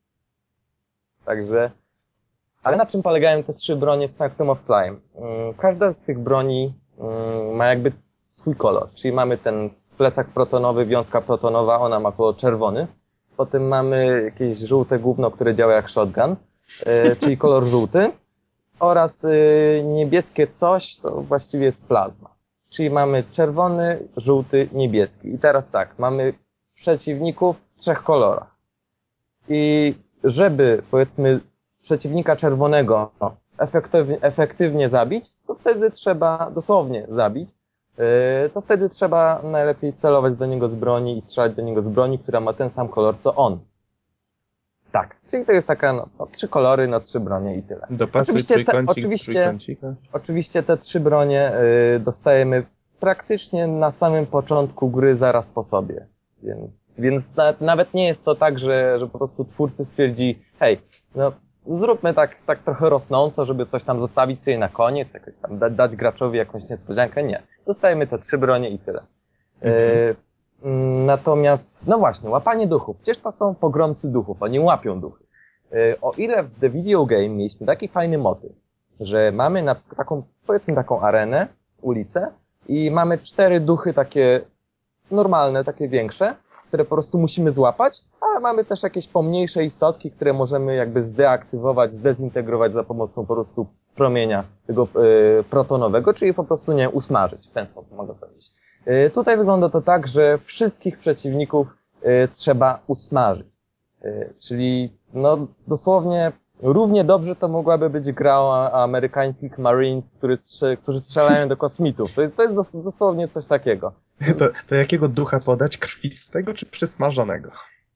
Także, ale na czym polegają te 3 bronie w Sanctum of Slime? Każda z tych broni ma jakby swój kolor, czyli mamy ten plecak protonowy, wiązka protonowa, ona ma kolor czerwony. Potem mamy jakieś żółte gówno, które działa jak shotgun, czyli kolor żółty. Oraz niebieskie coś, to właściwie jest plazma. Czyli mamy czerwony, żółty, niebieski. I teraz tak, mamy przeciwników w 3 kolorach. I żeby, powiedzmy, przeciwnika czerwonego efektywnie zabić, to wtedy trzeba dosłownie zabić, to wtedy trzeba najlepiej celować do niego z broni i strzelać do niego z broni, która ma ten sam kolor co on. Tak, czyli to jest taka, no 3 kolory, no 3 bronie i tyle. Dopasuj trójkącika. Oczywiście te 3 bronie dostajemy praktycznie na samym początku gry zaraz po sobie. Więc nawet nie jest to tak, że po prostu twórcy stwierdzi, hej, no zróbmy tak trochę rosnąco, żeby coś tam zostawić sobie na koniec, jakoś tam dać graczowi jakąś niespodziankę. Nie. Dostajemy te 3 bronie i tyle. Natomiast, no właśnie, łapanie duchów. Przecież to są pogromcy duchów, oni łapią duchy. O ile w The Video Game mieliśmy taki fajny motyw, że mamy na przykład taką, powiedzmy taką arenę, ulicę i mamy 4 duchy takie normalne, takie większe, które po prostu musimy złapać, ale mamy też jakieś pomniejsze istotki, które możemy jakby zdeaktywować, zdezintegrować za pomocą po prostu promienia tego protonowego, czyli po prostu nie usmażyć. W ten sposób mogę powiedzieć. Tutaj wygląda to tak, że wszystkich przeciwników trzeba usmażyć. Czyli no dosłownie równie dobrze to mogłaby być gra o amerykańskich Marines, którzy strzelają do kosmitów. To jest dosłownie coś takiego. To jakiego ducha podać? Krwistego czy przysmażonego?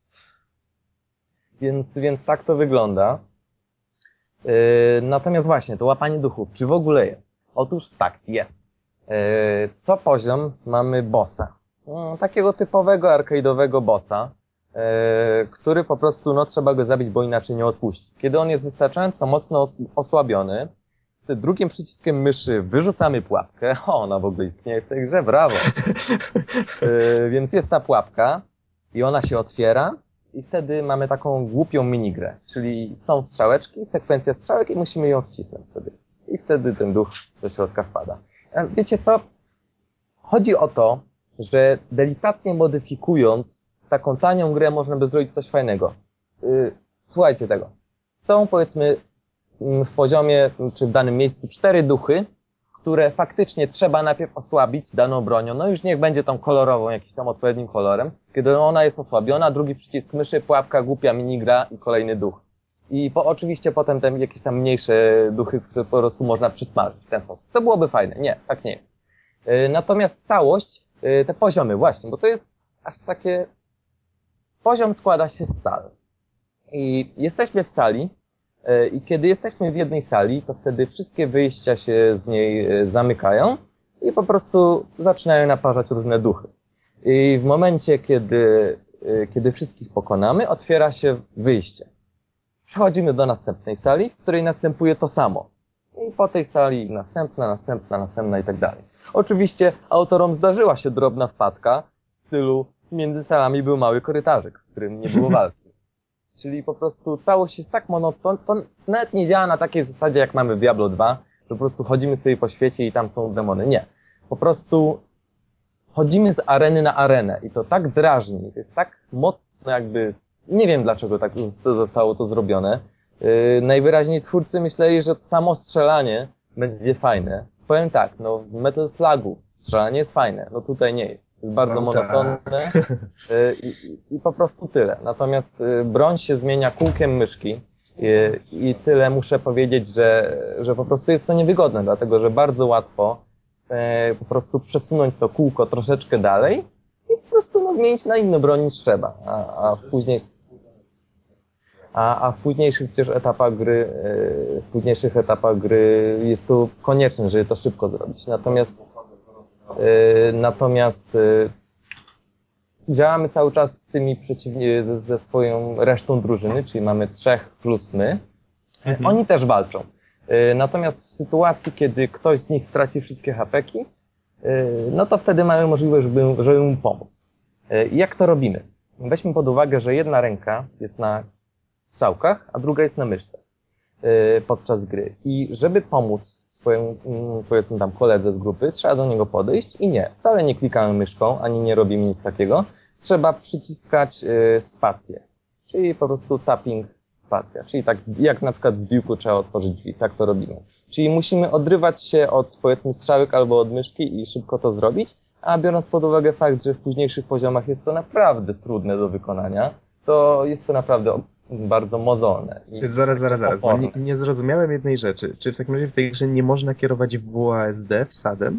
Więc tak to wygląda. Natomiast właśnie, to łapanie duchów, czy w ogóle jest? Otóż tak, jest. Co poziom mamy bossa. Takiego typowego arcade'owego bossa. który po prostu, no trzeba go zabić, bo inaczej nie odpuści. Kiedy on jest wystarczająco mocno osłabiony, wtedy drugim przyciskiem myszy wyrzucamy pułapkę. O, ona w ogóle istnieje w tej grze, brawo. Więc jest ta pułapka i ona się otwiera i wtedy mamy taką głupią minigrę, czyli są strzałeczki, sekwencja strzałek i musimy ją wcisnąć sobie. I wtedy ten duch do środka wpada. A wiecie co? Chodzi o to, że delikatnie modyfikując taką tanią grę można by zrobić coś fajnego. Słuchajcie tego. Są, powiedzmy, w poziomie, czy w danym miejscu 4 duchy, które faktycznie trzeba najpierw osłabić daną bronią. No już niech będzie tą kolorową, jakimś tam odpowiednim kolorem. Kiedy ona jest osłabiona, drugi przycisk myszy, pułapka, głupia minigra i kolejny duch. I oczywiście potem te jakieś tam mniejsze duchy, które po prostu można przysmażyć w ten sposób. To byłoby fajne. Nie, tak nie jest. Natomiast całość, te poziomy właśnie, bo to jest aż takie... Poziom składa się z sal. I jesteśmy w sali i kiedy jesteśmy w jednej sali, to wtedy wszystkie wyjścia się z niej zamykają i po prostu zaczynają naparzać różne duchy. I w momencie, kiedy wszystkich pokonamy, otwiera się wyjście. Przechodzimy do następnej sali, w której następuje to samo. I po tej sali następna i tak dalej. Oczywiście autorom zdarzyła się drobna wpadka w stylu między salami był mały korytarzyk, w którym nie było walki. Czyli po prostu całość jest tak monotonna, to nawet nie działa na takiej zasadzie, jak mamy w Diablo 2, że po prostu chodzimy sobie po świecie i tam są demony. Nie. Po prostu chodzimy z areny na arenę i to tak drażni, to jest tak mocno jakby, nie wiem dlaczego tak zostało to zrobione. Najwyraźniej twórcy myśleli, że to samo strzelanie będzie fajne. Powiem tak, no w Metal Slugu strzelanie jest fajne, no tutaj nie jest. Jest bardzo monotonne i po prostu tyle. Natomiast broń się zmienia kółkiem myszki i tyle muszę powiedzieć, że po prostu jest to niewygodne, dlatego że bardzo łatwo po prostu przesunąć to kółko troszeczkę dalej i po prostu no, zmienić na inną broń niż trzeba, a w późniejszych przecież etapach gry jest to konieczne, żeby to szybko zrobić. Natomiast działamy cały czas z tymi ze swoją resztą drużyny, czyli mamy 3 plus my. Oni też walczą. Natomiast w sytuacji, kiedy ktoś z nich straci wszystkie hapeki, no to wtedy mamy możliwość, żeby mu pomóc. I jak to robimy? Weźmy pod uwagę, że jedna ręka jest na strzałkach, a druga jest na myszce podczas gry. I żeby pomóc swojemu, powiedzmy tam koledze z grupy, trzeba do niego podejść i nie, wcale nie klikamy myszką, ani nie robimy nic takiego. Trzeba przyciskać spację, czyli po prostu tapping spacja, czyli tak jak na przykład w Duke'u trzeba otworzyć drzwi, tak to robimy. Czyli musimy odrywać się od, powiedzmy, strzałek albo od myszki i szybko to zrobić, a biorąc pod uwagę fakt, że w późniejszych poziomach jest to naprawdę trudne do wykonania, to jest to naprawdę bardzo mozolne. Zaraz, bo nie zrozumiałem jednej rzeczy. Czy w takim razie w tej grze nie można kierować WASD wsadem?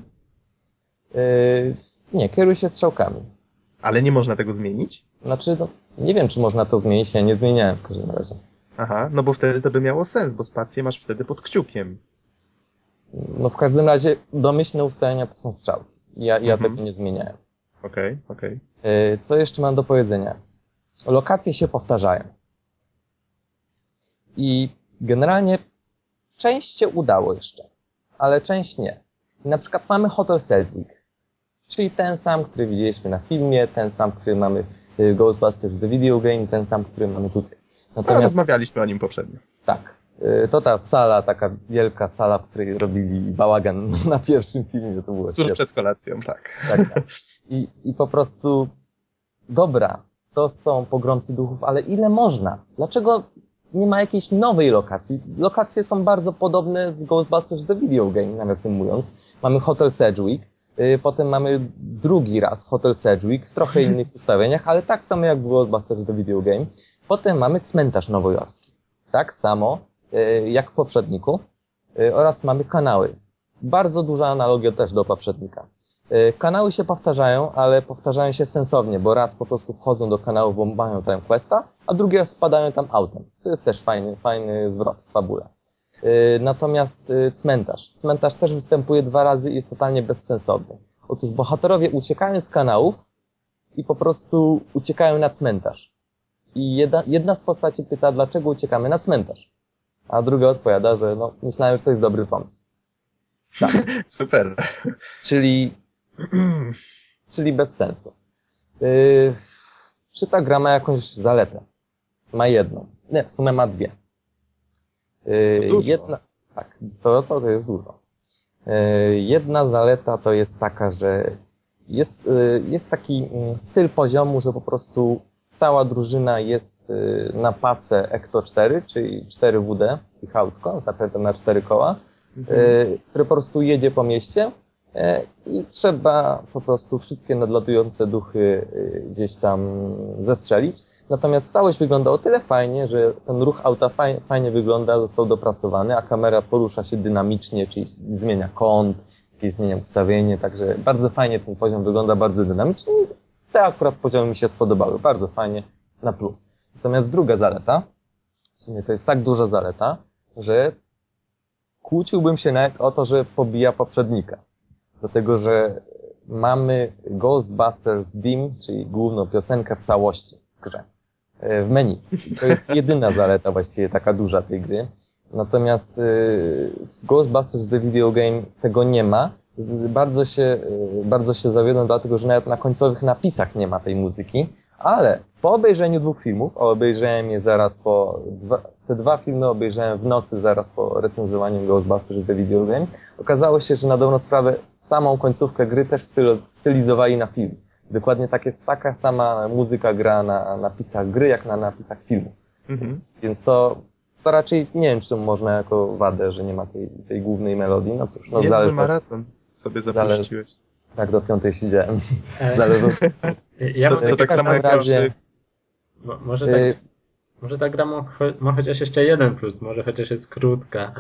Nie, kieruj się strzałkami. Ale nie można tego zmienić? Znaczy, no, nie wiem, czy można to zmienić, ja nie zmieniałem w każdym razie. Aha, no bo wtedy to by miało sens, bo spację masz wtedy pod kciukiem. No w każdym razie domyślne ustalenia to są strzałki. Ja tego nie zmieniałem. Okej. Co jeszcze mam do powiedzenia? Lokacje się powtarzają. I generalnie część się udało jeszcze, ale część nie. I na przykład mamy Hotel Sedgwick, czyli ten sam, który widzieliśmy na filmie, ten sam, który mamy w Ghostbusters The Video Game, ten sam, który mamy tutaj. Natomiast rozmawialiśmy o nim poprzednio. Tak. To ta sala, taka wielka sala, w której robili bałagan na pierwszym filmie, to było tuż przed kolacją, tak. Tak. I po prostu dobra, to są pogromcy duchów, ale ile można? Dlaczego nie ma jakiejś nowej lokacji? Lokacje są bardzo podobne z Ghostbusters The Video Game, nawiasem mówiąc. Mamy Hotel Sedgwick, potem mamy drugi raz Hotel Sedgwick, w trochę innych ustawieniach, ale tak samo jak w Ghostbusters The Video Game. Potem mamy cmentarz nowojorski. Tak samo jak w poprzedniku. Oraz mamy kanały. Bardzo duża analogia też do poprzednika. Kanały się powtarzają, ale powtarzają się sensownie, bo raz po prostu wchodzą do kanału, bo mają tam questa, a drugi raz wpadają tam autem, co jest też fajny zwrot w fabule. Natomiast cmentarz. Cmentarz też występuje 2 razy i jest totalnie bezsensowny. Otóż bohaterowie uciekają z kanałów i po prostu uciekają na cmentarz. i jedna z postaci pyta, dlaczego uciekamy na cmentarz. A druga odpowiada, że no, myślałem, że to jest dobry pomysł. Tak. Super. Czyli bez sensu. Czy ta gra ma jakąś zaletę? Ma jedną. Nie, w sumie ma dwie. Jedna, tak, to jest dużo. Jedna zaleta to jest taka, że jest taki styl poziomu, że po prostu cała drużyna jest na pace Ecto 4, czyli 4WD, ich autko, zapędem na 4 koła, które po prostu jedzie po mieście i trzeba po prostu wszystkie nadlatujące duchy gdzieś tam zestrzelić. Natomiast całość wygląda o tyle fajnie, że ten ruch auta fajnie wygląda, został dopracowany, a kamera porusza się dynamicznie, czyli zmienia kąt, zmienia ustawienie, także bardzo fajnie ten poziom wygląda, bardzo dynamicznie i te akurat poziomy mi się spodobały, bardzo fajnie, na plus. Natomiast druga zaleta, w sumie to jest tak duża zaleta, że kłóciłbym się nawet o to, że pobija poprzednika. Dlatego, że mamy Ghostbusters Theme, czyli główną piosenkę w całości w grze, w menu. To jest jedyna zaleta właściwie taka duża tej gry. Natomiast w Ghostbusters The Video Game tego nie ma. Bardzo się zawiodłem, dlatego że nawet na końcowych napisach nie ma tej muzyki. Ale po obejrzeniu 2 filmów, a obejrzałem je zaraz te 2 filmy obejrzałem w nocy zaraz po recenzowaniu Ghostbusters The Video Game, okazało się, że na dobrą sprawę samą końcówkę gry też stylizowali na film. Dokładnie taka sama muzyka gra na napisach gry, jak na napisach filmu. Więc to raczej nie wiem, czy to można jako wadę, że nie ma tej głównej melodii. No cóż, no niezły maraton sobie zapuściłeś. Tak, do 5 siedziałem. Ja to tak samo jak razie... Może ta gra ma chociaż jeszcze jeden plus, może chociaż jest krótka.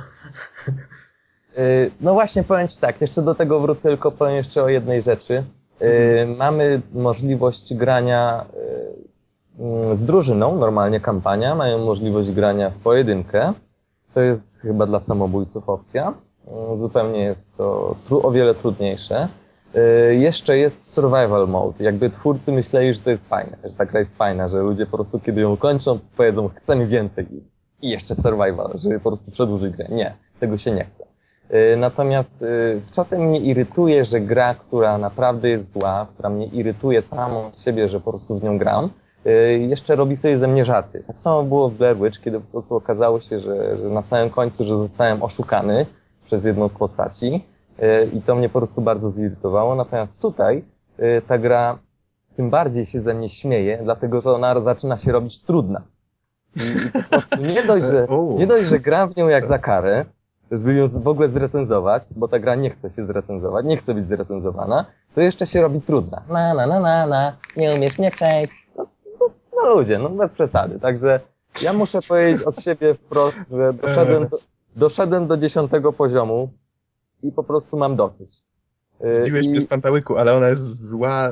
No właśnie, powiem Ci tak, jeszcze do tego wrócę, tylko powiem jeszcze o jednej rzeczy. Mamy możliwość grania z drużyną, normalnie kampania, mają możliwość grania w pojedynkę. To jest chyba dla samobójców opcja. Zupełnie jest to o wiele trudniejsze. Jeszcze jest survival mode. Jakby twórcy myśleli, że to jest fajne, że ta gra jest fajna, że ludzie po prostu kiedy ją kończą, powiedzą, chcemy więcej i jeszcze survival, żeby po prostu przedłużyć grę. Nie, tego się nie chce. Natomiast czasem mnie irytuje, że gra, która naprawdę jest zła, która mnie irytuje samą z siebie, że po prostu w nią gram, jeszcze robi sobie ze mnie żarty. Tak samo było w Blair Witch, kiedy po prostu okazało się, że na samym końcu, że zostałem oszukany przez jedną z postaci i to mnie po prostu bardzo zirytowało. Natomiast tutaj ta gra tym bardziej się ze mnie śmieje, dlatego że ona zaczyna się robić trudna. I po prostu nie dość, że gram w nią jak za karę, żeby ją w ogóle zrecenzować, bo ta gra nie chce się zrecenzować, nie chce być zrecenzowana, to jeszcze się robi trudna. Nie umiesz mnie przejść. No ludzie, no bez przesady. Także ja muszę powiedzieć od siebie wprost, że doszedłem do 10 poziomu i po prostu mam dosyć. Zbiłeś mnie z pantałyku, ale ona jest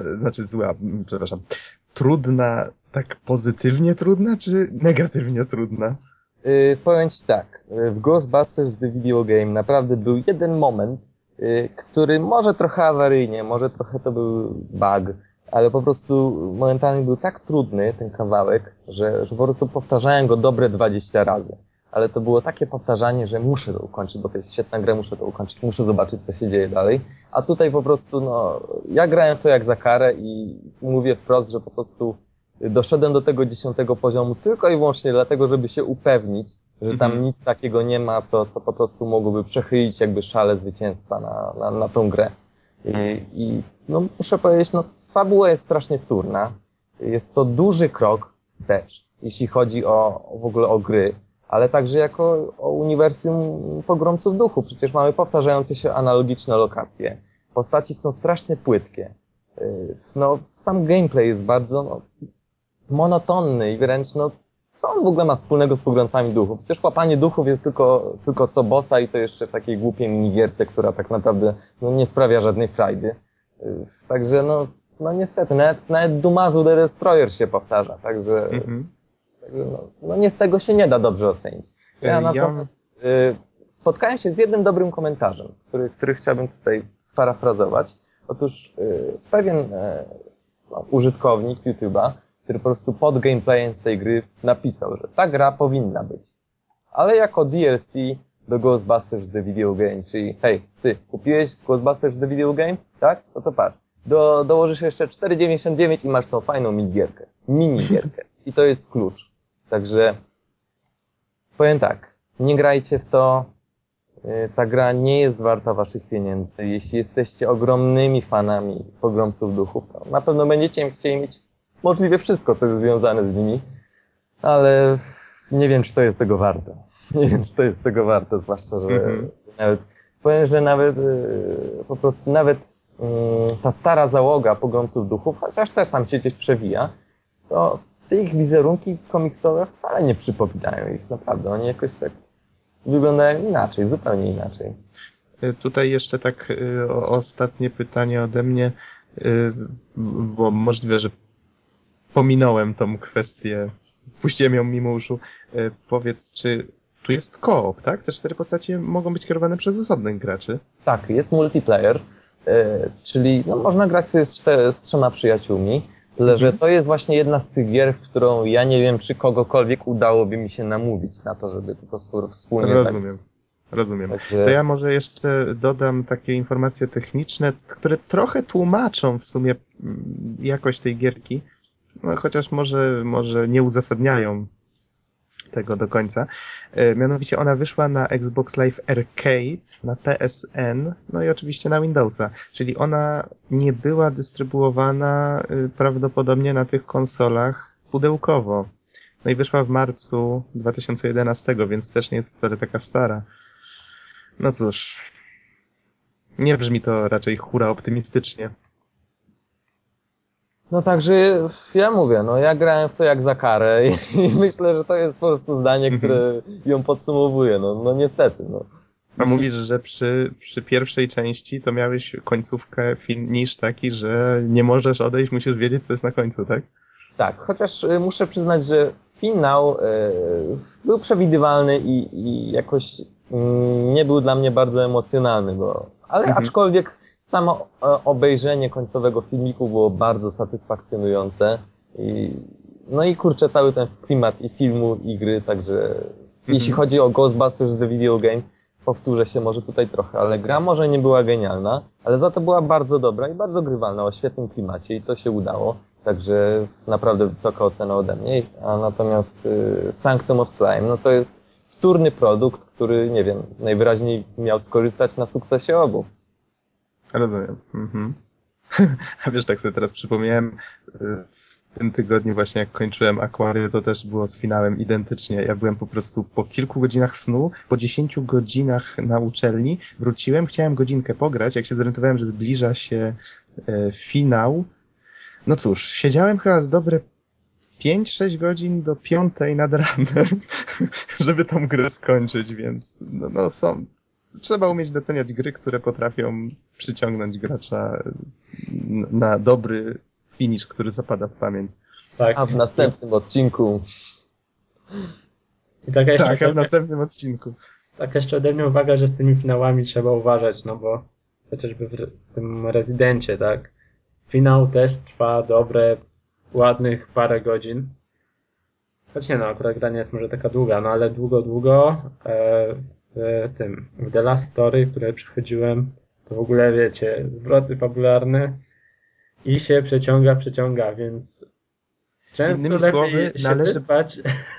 trudna, tak pozytywnie trudna, czy negatywnie trudna? Powiem Ci tak, w Ghostbusters The Video Game naprawdę był jeden moment, który może trochę awaryjnie, może trochę to był bug, ale po prostu momentalnie był tak trudny ten kawałek, że po prostu powtarzałem go dobre 20 razy. Ale to było takie powtarzanie, że muszę to ukończyć, bo to jest świetna gra, muszę to ukończyć, muszę zobaczyć, co się dzieje dalej. A tutaj po prostu, no, ja grałem to jak za karę i mówię wprost, że po prostu doszedłem do tego 10 poziomu tylko i wyłącznie dlatego, żeby się upewnić, że tam nic takiego nie ma, co po prostu mogłoby przechylić jakby szale zwycięstwa na tą grę. I no, muszę powiedzieć, no, fabuła jest strasznie wtórna. Jest to duży krok wstecz, jeśli chodzi w ogóle o gry, ale także jako o uniwersum Pogromców Duchu. Przecież mamy powtarzające się analogiczne lokacje. Postaci są strasznie płytkie. No, sam gameplay jest bardzo monotonny i wręcz, no, co on w ogóle ma wspólnego z Pogromcami Duchów? Przecież łapanie duchów jest tylko co bossa i to jeszcze w takiej głupiej minigierce, która tak naprawdę nie sprawia żadnej frajdy. Także no niestety, nawet Dumazu The Destroyer się powtarza, także no nie z tego się nie da dobrze ocenić. Ja natomiast spotkałem się z jednym dobrym komentarzem, który chciałbym tutaj sparafrazować. Otóż pewien użytkownik YouTube'a który po prostu pod gameplayem z tej gry napisał, że ta gra powinna być. Ale jako DLC do Ghostbusters The Video Game, czyli hej, ty kupiłeś Ghostbusters The Video Game? Tak? No to patrz. Dołożysz jeszcze 4,99 i masz tą fajną minigierkę. Minigierkę. I to jest klucz. Także powiem tak, nie grajcie w to. Ta gra nie jest warta waszych pieniędzy. Jeśli jesteście ogromnymi fanami Pogromców Duchów, to na pewno będziecie chcieli mieć możliwie wszystko, co jest związane z nimi, ale nie wiem, czy to jest tego warte. Nie wiem, czy to jest tego warte, zwłaszcza, że powiem, że nawet po prostu nawet ta stara załoga Pogromców Duchów, chociaż też tam się gdzieś przewija, to te ich wizerunki komiksowe wcale nie przypominają ich, naprawdę. Oni jakoś tak wyglądają inaczej, zupełnie inaczej. Tutaj jeszcze tak ostatnie pytanie ode mnie, bo możliwe, że pominąłem tą kwestię, puściłem ją mimo uszu. Powiedz, czy tu jest co-op, tak? Te 4 postacie mogą być kierowane przez osobnych graczy? Tak, jest multiplayer, czyli no, można grać sobie z 3 przyjaciółmi, tyle że to jest właśnie jedna z tych gier, w którą ja nie wiem, czy kogokolwiek udałoby mi się namówić na to, żeby po prostu wspólnie Rozumiem. Także... To ja może jeszcze dodam takie informacje techniczne, które trochę tłumaczą w sumie jakość tej gierki, no, chociaż może nie uzasadniają tego do końca. Mianowicie ona wyszła na Xbox Live Arcade, na PSN, no i oczywiście na Windowsa. Czyli ona nie była dystrybuowana prawdopodobnie na tych konsolach pudełkowo. No i wyszła w marcu 2011, więc też nie jest wcale taka stara. No cóż, nie brzmi to raczej hura optymistycznie. No także ja mówię, no ja grałem w to jak za karę i myślę, że to jest po prostu zdanie, które ją podsumowuje, no niestety, no. A mówisz, że przy pierwszej części to miałeś końcówkę finish taki, że nie możesz odejść, musisz wiedzieć, co jest na końcu, tak? Tak, chociaż muszę przyznać, że finał był przewidywalny i jakoś nie był dla mnie bardzo emocjonalny, ale aczkolwiek samo obejrzenie końcowego filmiku było bardzo satysfakcjonujące no i kurczę, cały ten klimat i filmu, i gry, także jeśli chodzi o Ghostbusters The Video Game, powtórzę się może tutaj trochę, ale gra może nie była genialna, ale za to była bardzo dobra i bardzo grywalna, o świetnym klimacie i to się udało. Także naprawdę wysoka ocena ode mnie. A natomiast Sanctum of Slime, no to jest wtórny produkt, który, nie wiem, najwyraźniej miał skorzystać na sukcesie obu. Rozumiem. A wiesz, tak sobie teraz przypomniałem, w tym tygodniu właśnie jak kończyłem Aquarię, to też było z finałem identycznie. Ja byłem po prostu po kilku godzinach snu, po 10 godzinach na uczelni, wróciłem, chciałem godzinkę pograć, jak się zorientowałem, że zbliża się finał. No cóż, siedziałem chyba z dobre 5-6 godzin do 5 nad ranem, żeby tą grę skończyć, więc trzeba umieć doceniać gry, które potrafią przyciągnąć gracza na dobry finish, który zapada w pamięć. Tak. A w następnym odcinku. I tak jeszcze, Tak, a w następnym odcinku. Tak jeszcze ode mnie uwaga, że z tymi finałami trzeba uważać, no bo chociażby w tym Rezydencie, tak? Finał też trwa dobre, ładnych parę godzin. Choć nie no, akurat gra nie jest może taka długa, no ale długo w The Last Story, które przechodziłem, to w ogóle wiecie, zwroty fabularne i się przeciąga, więc często innymi lepiej słowy, się wyspać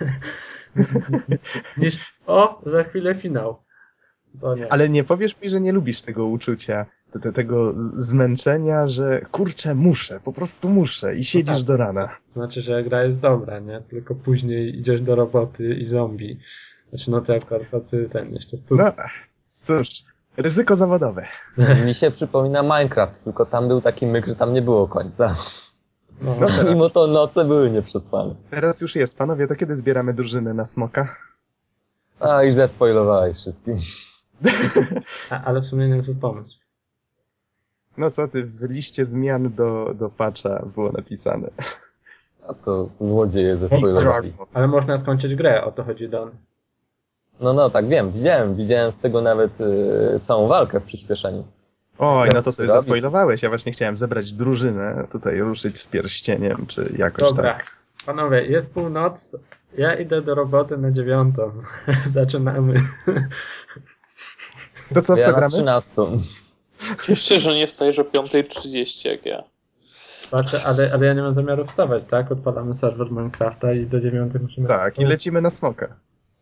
niż za chwilę finał. To nie. Ale nie powiesz mi, że nie lubisz tego uczucia, tego zmęczenia, że kurczę, po prostu muszę i siedzisz do rana. To znaczy, że gra jest dobra, nie? Tylko później idziesz do roboty i zombie. Znaczy, no to akurat tacy jeszcze No, cóż, ryzyko zawodowe. Mi się przypomina Minecraft, tylko tam był taki myk, że tam nie było końca. No, Mimo to noce były nieprzespane. Teraz już jest. Panowie, to kiedy zbieramy drużynę na smoka? A i zespoilowałeś wszystkim. ale w sumie nie był pomysł. No co ty, w liście zmian do patcha było napisane. A to złodzieje zespoilowali. Ale można skończyć grę, o to chodzi Don. No tak wiem, widziałem z tego nawet całą walkę w przyspieszeniu. Oj, Jak no to to sobie robić? zaspoilowałeś. Ja właśnie chciałem zebrać drużynę, tutaj ruszyć z pierścieniem, czy jakoś Dobra, tak. panowie, jest północ, ja idę do roboty na 9. Zaczynamy. To co, w Ja co na gramy? 13. Cieszcie, że nie wstajesz o 5:30 jak ja. Patrzę, ale ja nie mam zamiaru wstawać, tak? Odpalamy serwer Minecrafta i do 9 musimy... Tak, i lecimy na smoka.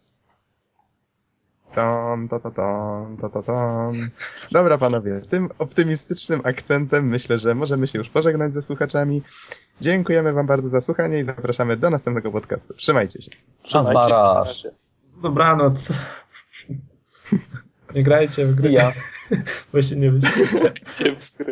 Tom, to, tom, to, tom. Dobra, panowie, tym optymistycznym akcentem myślę, że możemy się już pożegnać ze słuchaczami. Dziękujemy wam bardzo za słuchanie i zapraszamy do następnego podcastu. Trzymajcie się. Trzymajcie się, baraż. na razie. Dobranoc. Nie grajcie w gry, Ja. bo się nie wyśpicie. Cię w gry.